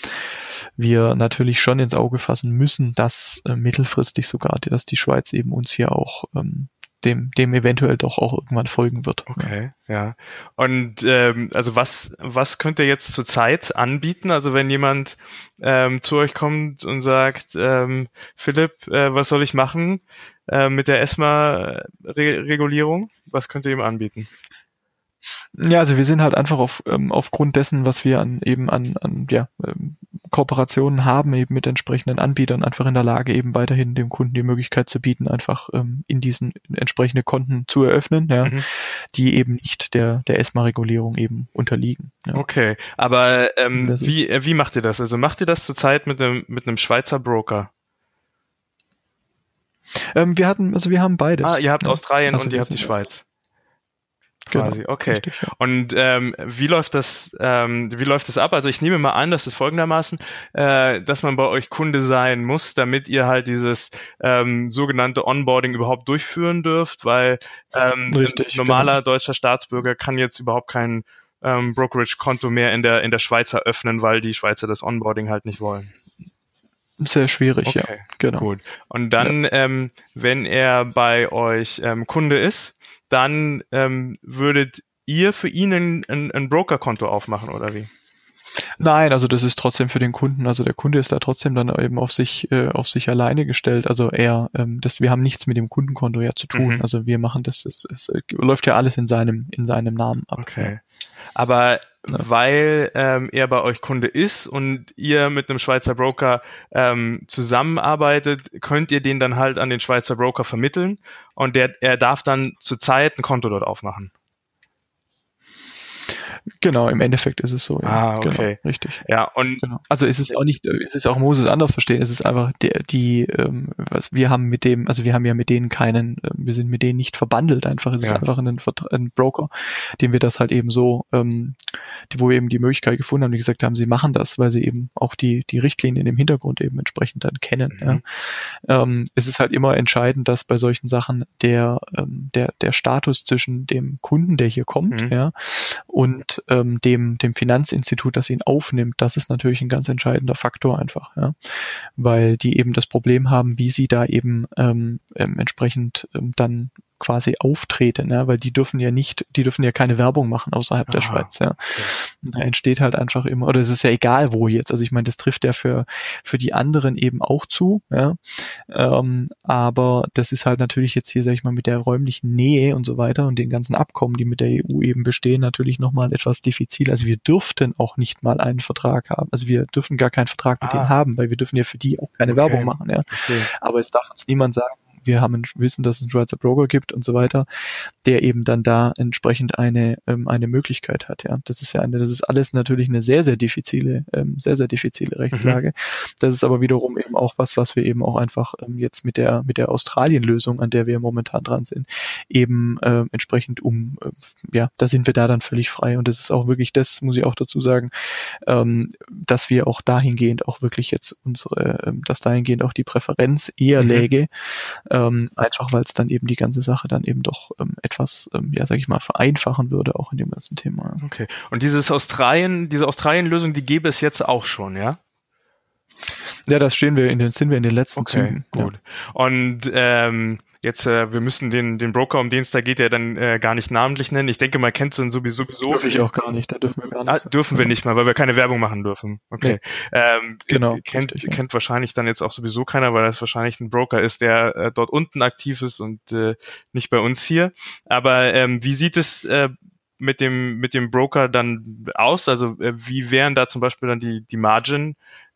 wir natürlich schon ins Auge fassen müssen, dass mittelfristig sogar, dass die Schweiz eben uns hier auch dem eventuell doch auch irgendwann folgen wird. Okay, ja. Und also was könnt ihr jetzt zurzeit anbieten? Also wenn jemand zu euch kommt und sagt, Philipp, was soll ich machen mit der ESMA-Regulierung? Was könnt ihr ihm anbieten? Ja, also wir sind halt einfach aufgrund dessen, was wir an Kooperationen haben, eben mit entsprechenden Anbietern, einfach in der Lage, eben weiterhin dem Kunden die Möglichkeit zu bieten, einfach in diesen entsprechende Konten zu eröffnen, die eben nicht der ESMA-Regulierung eben unterliegen. Ja. Okay, aber wie macht ihr das? Also macht ihr das zurzeit mit einem Schweizer Broker? Wir haben beides. Ihr habt Australien und ihr habt die Schweiz. Quasi, genau, okay. Richtig, ja. Und wie läuft das ab? Also ich nehme mal an, dass es folgendermaßen, dass man bei euch Kunde sein muss, damit ihr halt dieses sogenannte Onboarding überhaupt durchführen dürft, weil ein normaler deutscher Staatsbürger kann jetzt überhaupt kein Brokerage-Konto mehr in der Schweiz eröffnen, weil die Schweizer das Onboarding halt nicht wollen. Sehr schwierig, okay, ja. Genau. Gut. Und dann, wenn er bei euch Kunde ist, dann würdet ihr für ihn ein Brokerkonto aufmachen, oder wie? Nein, also das ist trotzdem für den Kunden, also der Kunde ist da trotzdem dann eben auf sich alleine gestellt, also wir haben nichts mit dem Kundenkonto ja zu tun, also wir machen es läuft ja alles in seinem Namen ab. Okay. Aber weil er bei euch Kunde ist und ihr mit einem Schweizer Broker zusammenarbeitet, könnt ihr den dann halt an den Schweizer Broker vermitteln und er darf dann zurzeit ein Konto dort aufmachen. Genau, im Endeffekt ist es so. Ja. Okay. Genau, richtig. Ja, und genau. Also es ist auch nicht, man muss es anders verstehen. Es ist einfach wir haben ja mit denen wir sind mit denen nicht verbandelt einfach. Es ist einfach ein Broker, dem wir das halt eben so, wo wir eben die Möglichkeit gefunden haben, die gesagt haben, sie machen das, weil sie eben auch die Richtlinien im Hintergrund eben entsprechend dann kennen. Ja. Es ist halt immer entscheidend, dass bei solchen Sachen der Status zwischen dem Kunden, der hier kommt, und dem Finanzinstitut, das ihn aufnimmt, das ist natürlich ein ganz entscheidender Faktor einfach, weil die eben das Problem haben, wie sie da eben entsprechend dann quasi auftreten, ja, weil die dürfen ja keine Werbung machen außerhalb der Schweiz, ja. Okay. Da entsteht halt einfach immer, oder es ist ja egal wo jetzt, also ich meine, das trifft ja für die anderen eben auch zu, ja, aber das ist halt natürlich jetzt hier, sag ich mal, mit der räumlichen Nähe und so weiter und den ganzen Abkommen, die mit der EU eben bestehen, natürlich nochmal etwas diffizil. Also wir dürften auch nicht mal einen Vertrag haben, also wir dürfen gar keinen Vertrag mit denen haben, weil wir dürfen ja für die auch keine Werbung machen, ja. Okay. Aber es darf uns niemand sagen, wir wissen, dass es einen Schweizer Broker gibt und so weiter, der eben dann da entsprechend eine Möglichkeit hat. Ja, das ist alles natürlich eine sehr, sehr diffizile Rechtslage. Das ist aber wiederum eben auch was wir eben auch einfach jetzt mit der Australien-Lösung, an der wir momentan dran sind, eben entsprechend da sind wir da dann völlig frei. Und das ist auch wirklich, das muss ich auch dazu sagen, dass wir auch dahingehend auch wirklich jetzt dass dahingehend auch die Präferenz eher läge, einfach weil es dann eben die ganze Sache dann eben doch etwas, sag ich mal, vereinfachen würde, auch in dem ganzen Thema. Okay. Und diese Australien-Lösung, die gäbe es jetzt auch schon, ja? Ja, sind wir in den letzten Zügen. Gut. Ja. Und jetzt, wir müssen den Broker, um den es da geht, ja dann gar nicht namentlich nennen. Ich denke, man kennt es dann sowieso. Dürfe ich auch gar nicht, da dürfen wir gar nicht. Dürfen wir nicht mal, weil wir keine Werbung machen dürfen. Okay. Nee. Genau. Kennt wahrscheinlich dann jetzt auch sowieso keiner, weil das wahrscheinlich ein Broker ist, der dort unten aktiv ist und nicht bei uns hier. Aber wie sieht es mit dem Broker dann aus? Also wie wären da zum Beispiel dann die Margin?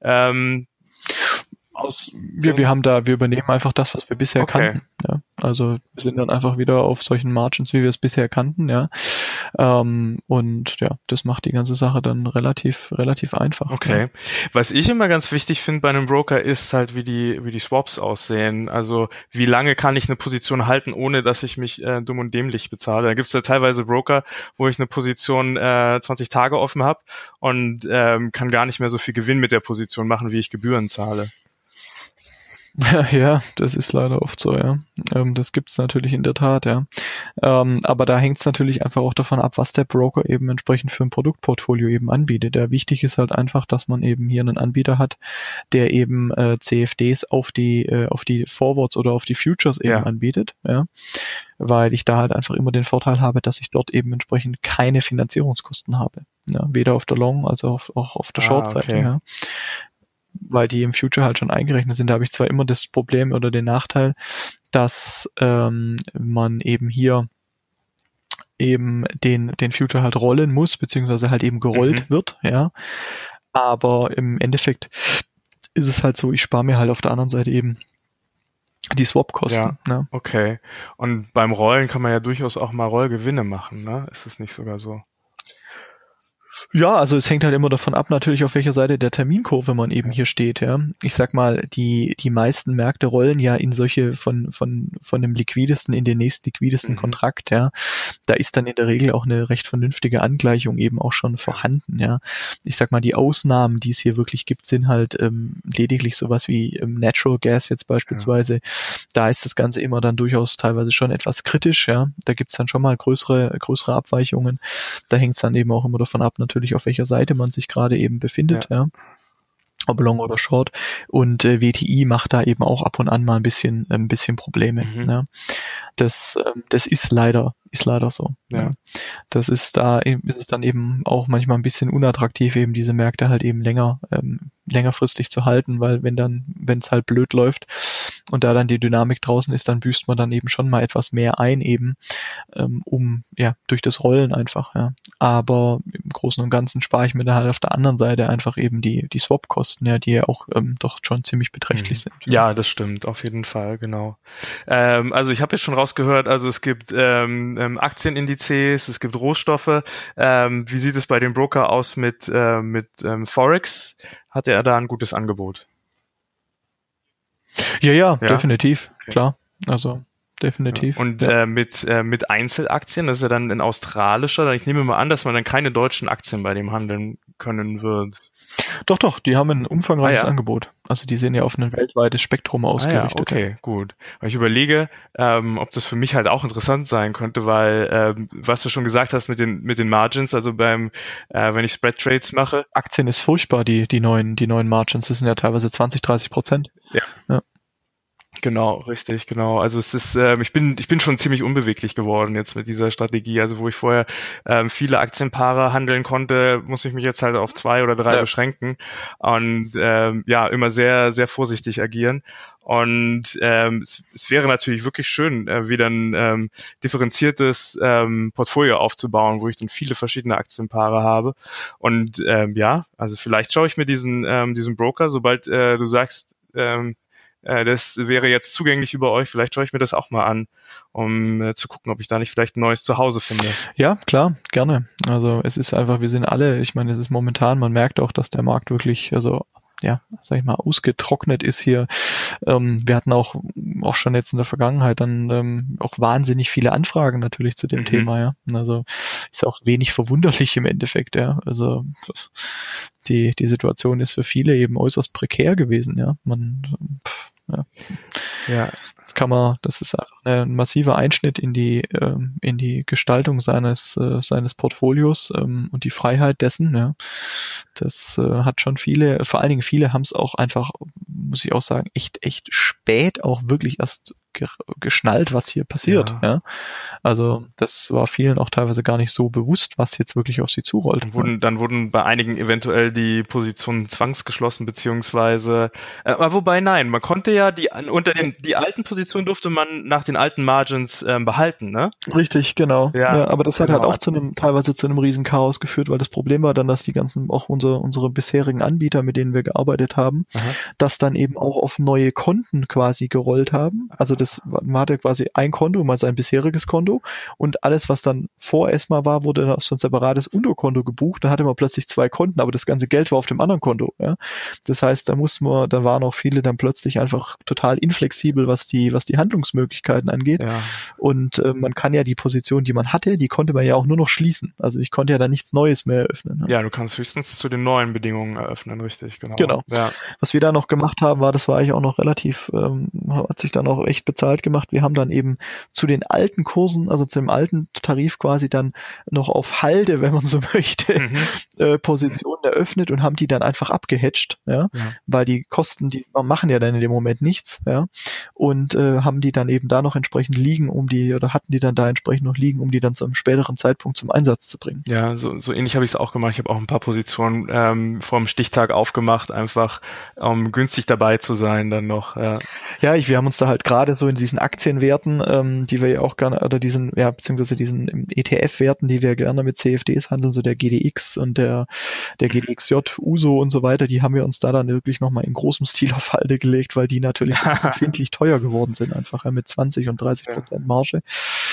Wir übernehmen einfach das, was wir bisher kannten. Ja. Also wir sind dann einfach wieder auf solchen Margins, wie wir es bisher kannten, ja. Und ja, das macht die ganze Sache dann relativ einfach. Okay. Ja. Was ich immer ganz wichtig finde bei einem Broker ist halt, wie die Swaps aussehen. Also wie lange kann ich eine Position halten, ohne dass ich mich dumm und dämlich bezahle. Da gibt es ja teilweise Broker, wo ich eine Position 20 Tage offen habe und kann gar nicht mehr so viel Gewinn mit der Position machen, wie ich Gebühren zahle. Ja, das ist leider oft so, ja. Das gibt's natürlich in der Tat, ja. Aber da hängt's natürlich einfach auch davon ab, was der Broker eben entsprechend für ein Produktportfolio eben anbietet. Ja, wichtig ist halt einfach, dass man eben hier einen Anbieter hat, der eben CFDs auf die Forwards oder auf die Futures eben anbietet, ja. Weil ich da halt einfach immer den Vorteil habe, dass ich dort eben entsprechend keine Finanzierungskosten habe. Ja, weder auf der Long- als auch auf der Short-Seite, ja. Weil die im Future halt schon eingerechnet sind. Da habe ich zwar immer das Problem oder den Nachteil, dass man eben hier eben den Future halt rollen muss, beziehungsweise halt eben gerollt wird, ja. Aber im Endeffekt ist es halt so, ich spare mir halt auf der anderen Seite eben die Swap-Kosten. Ja, ne? Okay. Und beim Rollen kann man ja durchaus auch mal Rollgewinne machen, ne? Ist es nicht sogar so? Ja, also es hängt halt immer davon ab, natürlich auf welcher Seite der Terminkurve man eben hier steht, ja. Ich sag mal, die meisten Märkte rollen ja in solche von dem liquidesten in den nächst liquidesten Kontrakt, ja. Da ist dann in der Regel auch eine recht vernünftige Angleichung eben auch schon vorhanden, ja. Ich sag mal, die Ausnahmen, die es hier wirklich gibt, sind halt lediglich sowas wie Natural Gas jetzt beispielsweise. Da ist das Ganze immer dann durchaus teilweise schon etwas kritisch, ja. Da gibt's dann schon mal größere Abweichungen. Da hängt's dann eben auch immer davon ab, natürlich auf welcher Seite man sich gerade eben befindet, ja. Ob Long oder Short. Und WTI macht da eben auch ab und an mal ein bisschen Probleme. Ja. Das ist leider so. Ja. Das ist es dann eben auch manchmal ein bisschen unattraktiv, eben diese Märkte halt eben längerfristig zu halten, weil wenn es halt blöd läuft und da dann die Dynamik draußen ist, dann büßt man dann eben schon mal etwas mehr ein eben, durch das Rollen einfach, ja. Aber im Großen und Ganzen spare ich mir da halt auf der anderen Seite einfach eben die Swap-Kosten, ja, die ja auch doch schon ziemlich beträchtlich sind. Ja, das stimmt, auf jeden Fall, genau. Also ich habe jetzt schon rausgehört, also es gibt Aktienindizes, es gibt Rohstoffe. Wie sieht es bei dem Broker aus mit Forex? Hat er da ein gutes Angebot? Ja, definitiv, klar. Also definitiv. Ja. Und mit Einzelaktien, das ist ja dann ein australischer, ich nehme mal an, dass man dann keine deutschen Aktien bei dem handeln können wird. Doch, die haben ein umfangreiches Angebot. Also die sind ja auf ein weltweites Spektrum ausgerichtet. Okay, gut. Aber ich überlege, ob das für mich halt auch interessant sein könnte, weil was du schon gesagt hast mit den Margins, also wenn ich Spread Trades mache. Aktien ist furchtbar, die neuen Margins, das sind ja teilweise 20-30%. Ja. Genau, richtig, genau. Also es ist, ich bin schon ziemlich unbeweglich geworden jetzt mit dieser Strategie. Also wo ich vorher viele Aktienpaare handeln konnte, muss ich mich jetzt halt auf 2 oder 3 beschränken und immer sehr, sehr vorsichtig agieren. Und es wäre natürlich wirklich schön, wieder ein differenziertes Portfolio aufzubauen, wo ich dann viele verschiedene Aktienpaare habe. Und also vielleicht schaue ich mir diesen Broker, sobald du sagst, das wäre jetzt zugänglich über euch, vielleicht schaue ich mir das auch mal an, um zu gucken, ob ich da nicht vielleicht ein neues Zuhause finde. Ja, klar, gerne. Also es ist einfach, wir sind alle, ich meine, es ist momentan, man merkt auch, dass der Markt wirklich, also sag ich mal, ausgetrocknet ist hier. Wir hatten auch schon jetzt in der Vergangenheit dann auch wahnsinnig viele Anfragen natürlich zu dem Thema, ja. Also ist auch wenig verwunderlich im Endeffekt, ja. Also die Situation ist für viele eben äußerst prekär gewesen, ja. Das ist einfach ein massiver Einschnitt in die Gestaltung seines Portfolios und die Freiheit dessen, ja. Das hat schon vor allen Dingen viele haben es auch einfach, muss ich auch sagen, echt spät auch wirklich erst geschnallt, was hier passiert, ja. Also das war vielen auch teilweise gar nicht so bewusst, was jetzt wirklich auf sie zurollt. Dann wurden bei einigen eventuell die Positionen zwangsgeschlossen, beziehungsweise wobei nein, man konnte ja die alten Positionen durfte man nach den alten Margins behalten, ne? Richtig, genau. Ja, aber das hat halt auch teilweise zu einem riesen Chaos geführt, weil das Problem war dann, dass die ganzen, auch unsere bisherigen Anbieter, mit denen wir gearbeitet haben, das dann eben auch auf neue Konten quasi gerollt haben. Also man hatte quasi ein Konto, mal sein bisheriges Konto, und alles, was dann vor ESMA war, wurde dann auf so ein separates Unterkonto gebucht. Dann hatte man plötzlich 2 Konten, aber das ganze Geld war auf dem anderen Konto. Ja? Das heißt, da waren auch viele dann plötzlich einfach total inflexibel, was die Handlungsmöglichkeiten angeht. Ja. Und man kann ja die Position, die man hatte, die konnte man ja auch nur noch schließen. Also ich konnte ja dann nichts Neues mehr eröffnen. Ja, du kannst höchstens zu den neuen Bedingungen eröffnen, richtig, genau. Genau. Ja. Was wir da noch gemacht haben, das war eigentlich auch noch relativ, hat sich dann auch echt bezahlt gemacht. Wir haben dann eben zu den alten Kursen, also zu dem alten Tarif quasi dann noch auf Halde, wenn man so möchte, Positionen eröffnet und haben die dann einfach abgehatcht, ja, weil die Kosten, die machen ja dann in dem Moment nichts, ja, und haben die dann eben da noch entsprechend liegen, hatten die dann da entsprechend noch liegen, um die dann zu einem späteren Zeitpunkt zum Einsatz zu bringen. Ja, so ähnlich habe ich es auch gemacht. Ich habe auch ein paar Positionen vor dem Stichtag aufgemacht, einfach günstig dabei zu sein dann noch. Ja, wir haben uns da halt gerade so in diesen Aktienwerten, die wir ja auch gerne, oder beziehungsweise diesen ETF-Werten, die wir gerne mit CFDs handeln, so der GDX und der GDXJ, USO und so weiter, die haben wir uns da dann wirklich nochmal in großem Stil auf Halde gelegt, weil die natürlich empfindlich teuer geworden sind, einfach mit 20 und 30% Marge.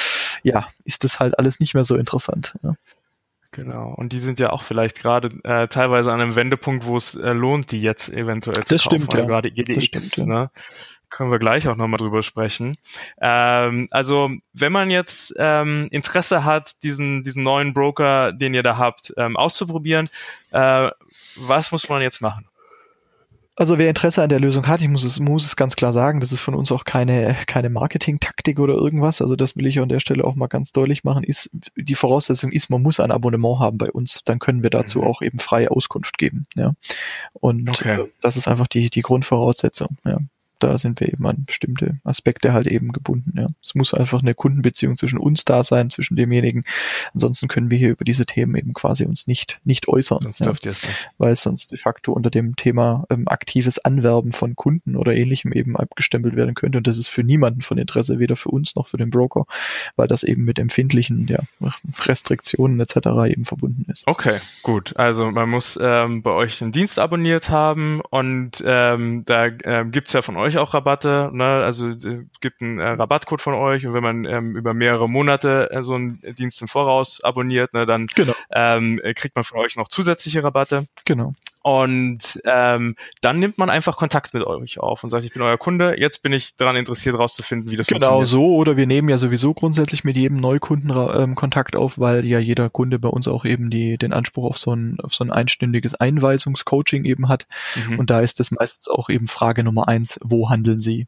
Ja, ist das halt alles nicht mehr so interessant. Ja. Genau, und die sind ja auch vielleicht gerade teilweise an einem Wendepunkt, wo es lohnt, die jetzt eventuell zu kaufen. Das stimmt, ja. Gerade GDX, ne? Können wir gleich auch nochmal drüber sprechen. Also wenn man jetzt Interesse hat, diesen neuen Broker, den ihr da habt, auszuprobieren, was muss man jetzt machen? Also wer Interesse an der Lösung hat, ich muss es ganz klar sagen, das ist von uns auch keine Marketing-Taktik oder irgendwas. Also das will ich an der Stelle auch mal ganz deutlich machen. Die Voraussetzung ist, man muss ein Abonnement haben bei uns. Dann können wir dazu auch eben freie Auskunft geben. Ja. Und das ist einfach die Grundvoraussetzung. Ja. Da sind wir eben an bestimmte Aspekte halt eben gebunden. Ja. Es muss einfach eine Kundenbeziehung zwischen uns da sein, zwischen demjenigen. Ansonsten können wir hier über diese Themen eben quasi uns nicht äußern. Das läuft jetzt nicht. Weil es sonst de facto unter dem Thema aktives Anwerben von Kunden oder Ähnlichem eben abgestempelt werden könnte. Und das ist für niemanden von Interesse, weder für uns noch für den Broker, weil das eben mit empfindlichen Restriktionen etc. eben verbunden ist. Okay, gut. Also man muss bei euch einen Dienst abonniert haben und da gibt's ja von euch auch Rabatte, ne? Also es gibt einen Rabattcode von euch und wenn man über mehrere Monate so einen Dienst im Voraus abonniert, ne, dann kriegt man von euch noch zusätzliche Rabatte. Genau. Und dann nimmt man einfach Kontakt mit euch auf und sagt, ich bin euer Kunde, jetzt bin ich daran interessiert, rauszufinden, wie das funktioniert. Genau so, oder wir nehmen ja sowieso grundsätzlich mit jedem Neukunden Kontakt auf, weil ja jeder Kunde bei uns auch eben den Anspruch auf so ein einstündiges Einweisungscoaching eben hat. Und da ist das meistens auch eben Frage Nummer 1, wo handeln Sie?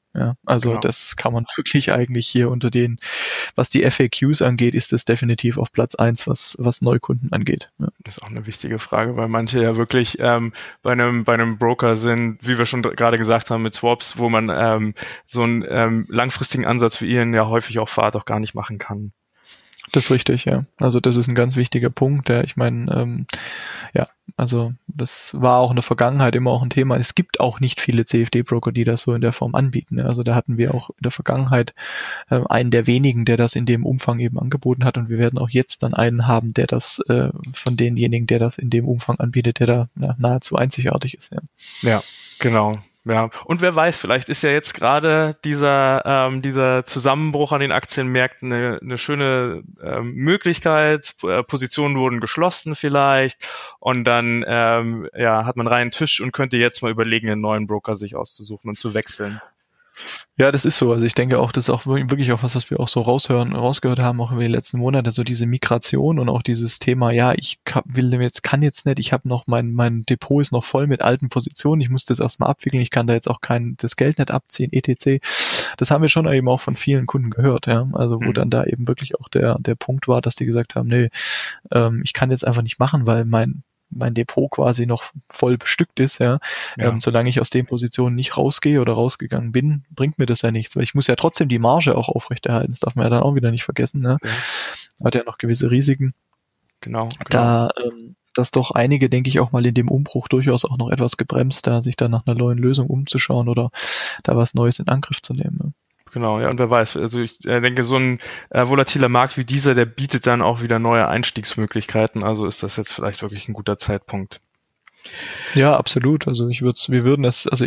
Ja, also Genau. das kann man wirklich eigentlich hier unter den, was die FAQs angeht, ist das definitiv auf Platz 1, was Neukunden angeht. Ja. Das ist auch eine wichtige Frage, weil manche ja wirklich bei einem Broker sind, wie wir schon gerade gesagt haben, mit Swaps, wo man so einen langfristigen Ansatz wie Ihren ja häufig auch fahrt, auch gar nicht machen kann. Das ist richtig, ja. Also das ist ein ganz wichtiger Punkt. Ja, ich meine, ja, also das war auch in der Vergangenheit immer auch ein Thema. Es gibt auch nicht viele CFD-Broker, die das so in der Form anbieten. Ja. Also da hatten wir auch in der Vergangenheit einen der wenigen, der das in dem Umfang eben angeboten hat. Und wir werden auch jetzt dann einen haben, der das von denjenigen, der das in dem Umfang anbietet, der da nahezu einzigartig ist. Ja, Ja, genau. Ja, und wer weiß, vielleicht ist ja jetzt gerade dieser Zusammenbruch an den Aktienmärkten eine schöne Möglichkeit. Positionen wurden geschlossen vielleicht und dann hat man reinen Tisch und könnte jetzt mal überlegen, einen neuen Broker sich auszusuchen und zu wechseln. Ja, das ist so. Also ich denke auch, das ist auch wirklich auch was wir auch so rausgehört haben, auch über die letzten Monate, so diese Migration und auch dieses Thema, ja, kann jetzt nicht, ich habe noch, mein Depot ist noch voll mit alten Positionen, ich muss das erstmal abwickeln, ich kann da jetzt auch das Geld nicht abziehen, etc. Das haben wir schon eben auch von vielen Kunden gehört, ja. Also wo dann da eben wirklich auch der Punkt war, dass die gesagt haben, nee, ich kann jetzt einfach nicht machen, weil mein Depot quasi noch voll bestückt ist, ja. Solange ich aus den Positionen nicht rausgehe oder rausgegangen bin, bringt mir das ja nichts, weil ich muss ja trotzdem die Marge auch aufrechterhalten. Das darf man ja dann auch wieder nicht vergessen, ne? Ja. Hat ja noch gewisse Risiken. Genau. Da, dass doch einige, denke ich, auch mal in dem Umbruch durchaus auch noch etwas gebremst, da sich dann nach einer neuen Lösung umzuschauen oder da was Neues in Angriff zu nehmen. Ne? Genau, ja, und wer weiß, also ich denke, so ein volatiler Markt wie dieser, der bietet dann auch wieder neue Einstiegsmöglichkeiten, also ist das jetzt vielleicht wirklich ein guter Zeitpunkt. Ja, absolut. Also wir würden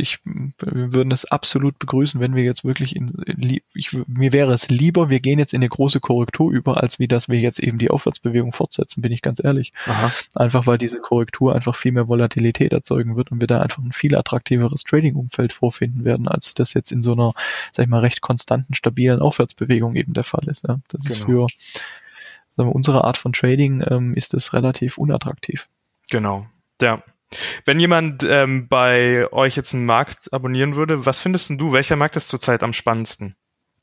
es absolut begrüßen, wenn wir jetzt wirklich mir wäre es lieber, wir gehen jetzt in eine große Korrektur über, als wie dass wir jetzt eben die Aufwärtsbewegung fortsetzen, bin ich ganz ehrlich. Aha. Einfach weil diese Korrektur einfach viel mehr Volatilität erzeugen wird und wir da einfach ein viel attraktiveres Trading-Umfeld vorfinden werden, als das jetzt in so einer, sag ich mal, recht konstanten, stabilen Aufwärtsbewegung eben der Fall ist. Ja. Das ist für, sagen wir, unsere Art von Trading ist das relativ unattraktiv. Genau, ja. Wenn jemand bei euch jetzt einen Markt abonnieren würde, was findest denn du? Welcher Markt ist zurzeit am spannendsten?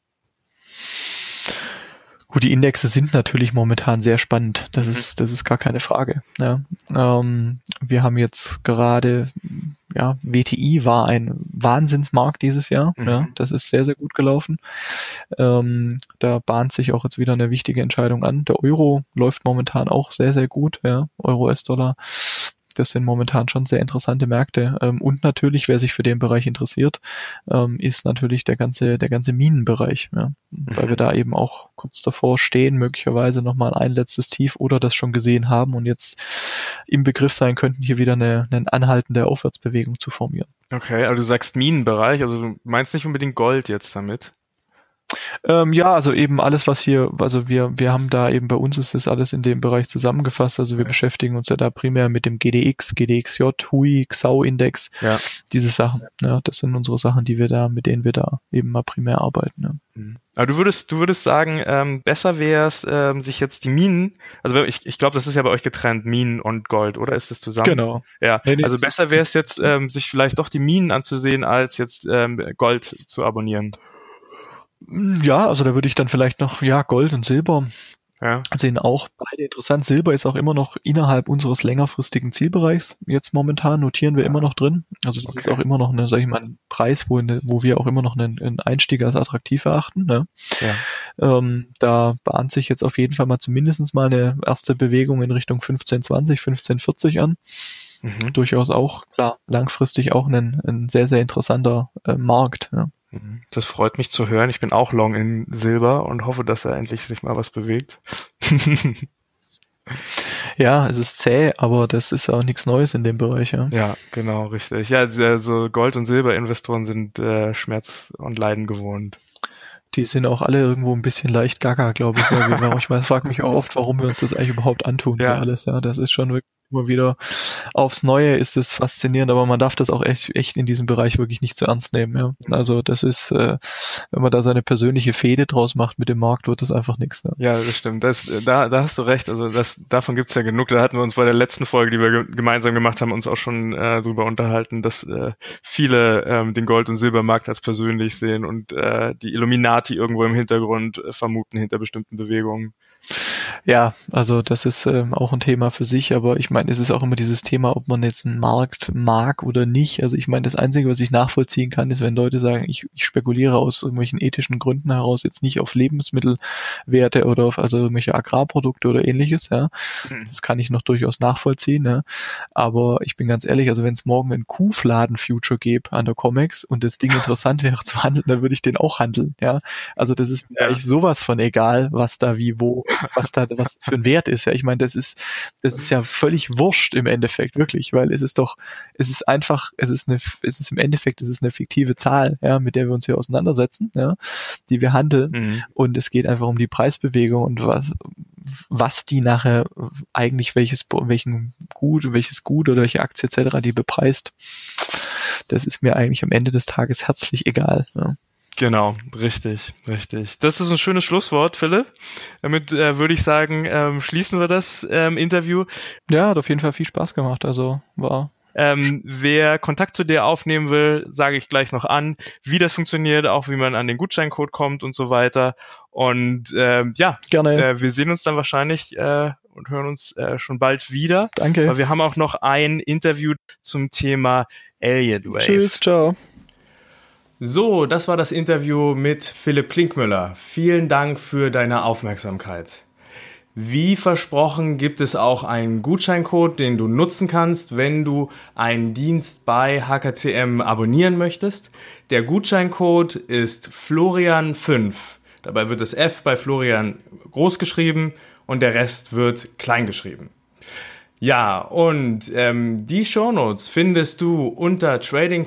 Gut, die Indexe sind natürlich momentan sehr spannend. Das ist gar keine Frage. Ja. Wir haben jetzt gerade, ja, WTI war ein Wahnsinnsmarkt dieses Jahr. Ja, das ist sehr, sehr gut gelaufen. Da bahnt sich auch jetzt wieder eine wichtige Entscheidung an. Der Euro läuft momentan auch sehr, sehr gut. Ja, Euro, US-Dollar. Das sind momentan schon sehr interessante Märkte. Und natürlich, wer sich für den Bereich interessiert, ist natürlich der ganze Minenbereich. Ja? Weil wir da eben auch kurz davor stehen, möglicherweise nochmal ein letztes Tief oder das schon gesehen haben und jetzt im Begriff sein könnten, hier wieder eine anhaltende Aufwärtsbewegung zu formieren. Okay, aber du sagst Minenbereich, also du meinst nicht unbedingt Gold jetzt damit? Ja, also eben alles, was hier, also wir haben da eben bei uns ist das alles in dem Bereich zusammengefasst. Also wir beschäftigen uns ja da primär mit dem GDX, GDXJ, HUI, XAU-Index, diese Sachen. Ja, das sind unsere Sachen, mit denen wir da eben mal primär arbeiten. Ja. Aber du würdest sagen, besser wäre es, sich jetzt die Minen, also ich glaube, das ist ja bei euch getrennt, Minen und Gold, oder ist das zusammen? Genau. Ja, also besser wäre es jetzt, sich vielleicht doch die Minen anzusehen, als jetzt Gold zu abonnieren. Ja, also da würde ich dann vielleicht noch, Gold und Silber sehen auch beide interessant. Silber ist auch immer noch innerhalb unseres längerfristigen Zielbereichs. Jetzt momentan notieren wir immer noch drin. Also das ist auch immer noch ein Preis, wo wir auch immer noch einen Einstieg als attraktiv erachten. Ne? Ja. Da bahnt sich jetzt auf jeden Fall zumindest mal eine erste Bewegung in Richtung 15,20, 15,40 an. Durchaus auch, klar, langfristig auch ein sehr, sehr interessanter Markt. Ja. Das freut mich zu hören. Ich bin auch long in Silber und hoffe, dass da endlich sich mal was bewegt. Ja, es ist zäh, aber das ist auch nichts Neues in dem Bereich. Ja, genau, richtig. Ja, also Gold- und Silberinvestoren sind Schmerz und Leiden gewohnt. Die sind auch alle irgendwo ein bisschen leicht gaga, glaube ich. Ich frage mich auch oft, warum wir uns das eigentlich überhaupt antun für alles. Ja, das ist schon wirklich immer wieder aufs Neue ist es faszinierend, aber man darf das auch echt in diesem Bereich wirklich nicht zu ernst nehmen. Ja. Also das ist, wenn man da seine persönliche Fehde draus macht mit dem Markt, wird das einfach nichts. Ne? Ja, das stimmt. Da hast du recht. Also davon gibt's ja genug. Da hatten wir uns bei der letzten Folge, die wir gemeinsam gemacht haben, uns auch schon drüber unterhalten, dass viele den Gold- und Silbermarkt als persönlich sehen und die Illuminati irgendwo im Hintergrund vermuten hinter bestimmten Bewegungen. Ja, also das ist auch ein Thema für sich, aber ich meine, es ist auch immer dieses Thema, ob man jetzt einen Markt mag oder nicht. Also ich meine, das Einzige, was ich nachvollziehen kann, ist, wenn Leute sagen, ich spekuliere aus irgendwelchen ethischen Gründen heraus jetzt nicht auf Lebensmittelwerte oder auf also irgendwelche Agrarprodukte oder ähnliches, ja. Das kann ich noch durchaus nachvollziehen, ja. Aber ich bin ganz ehrlich, also wenn es morgen einen Kuhfladen-Future gäbe an der Comex und das Ding interessant wäre zu handeln, dann würde ich den auch handeln, ja. Also das ist mir eigentlich sowas von egal, was da wie wo, was für ein Wert ist, ja. Ich meine, das ist ja völlig wurscht im Endeffekt, wirklich, weil es ist im Endeffekt eine fiktive Zahl, ja, mit der wir uns hier auseinandersetzen, ja, die wir handeln und es geht einfach um die Preisbewegung und was die nachher eigentlich welches Gut oder welche Aktie etc. die bepreist. Das ist mir eigentlich am Ende des Tages herzlich egal, ja. Genau, richtig. Das ist ein schönes Schlusswort, Philipp. Damit würde ich sagen, schließen wir das Interview. Ja, hat auf jeden Fall viel Spaß gemacht, also war... Wer Kontakt zu dir aufnehmen will, sage ich gleich noch an, wie das funktioniert, auch wie man an den Gutscheincode kommt und so weiter. Und gerne. Wir sehen uns dann wahrscheinlich und hören uns schon bald wieder. Danke. Aber wir haben auch noch ein Interview zum Thema Elliott Wave. Tschüss, ciao. So, das war das Interview mit Philipp Klinkmüller. Vielen Dank für deine Aufmerksamkeit. Wie versprochen gibt es auch einen Gutscheincode, den du nutzen kannst, wenn du einen Dienst bei HKCM abonnieren möchtest. Der Gutscheincode ist Florian5. Dabei wird das F bei Florian groß geschrieben und der Rest wird klein geschrieben. Ja, und die Shownotes findest du unter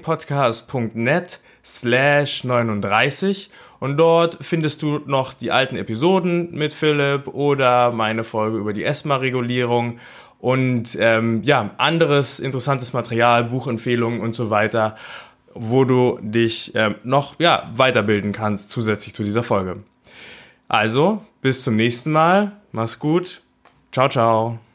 tradingpodcast.net/39 und dort findest du noch die alten Episoden mit Philipp oder meine Folge über die ESMA-Regulierung und anderes interessantes Material, Buchempfehlungen und so weiter, wo du dich noch weiterbilden kannst zusätzlich zu dieser Folge. Also, bis zum nächsten Mal. Mach's gut. Ciao, ciao.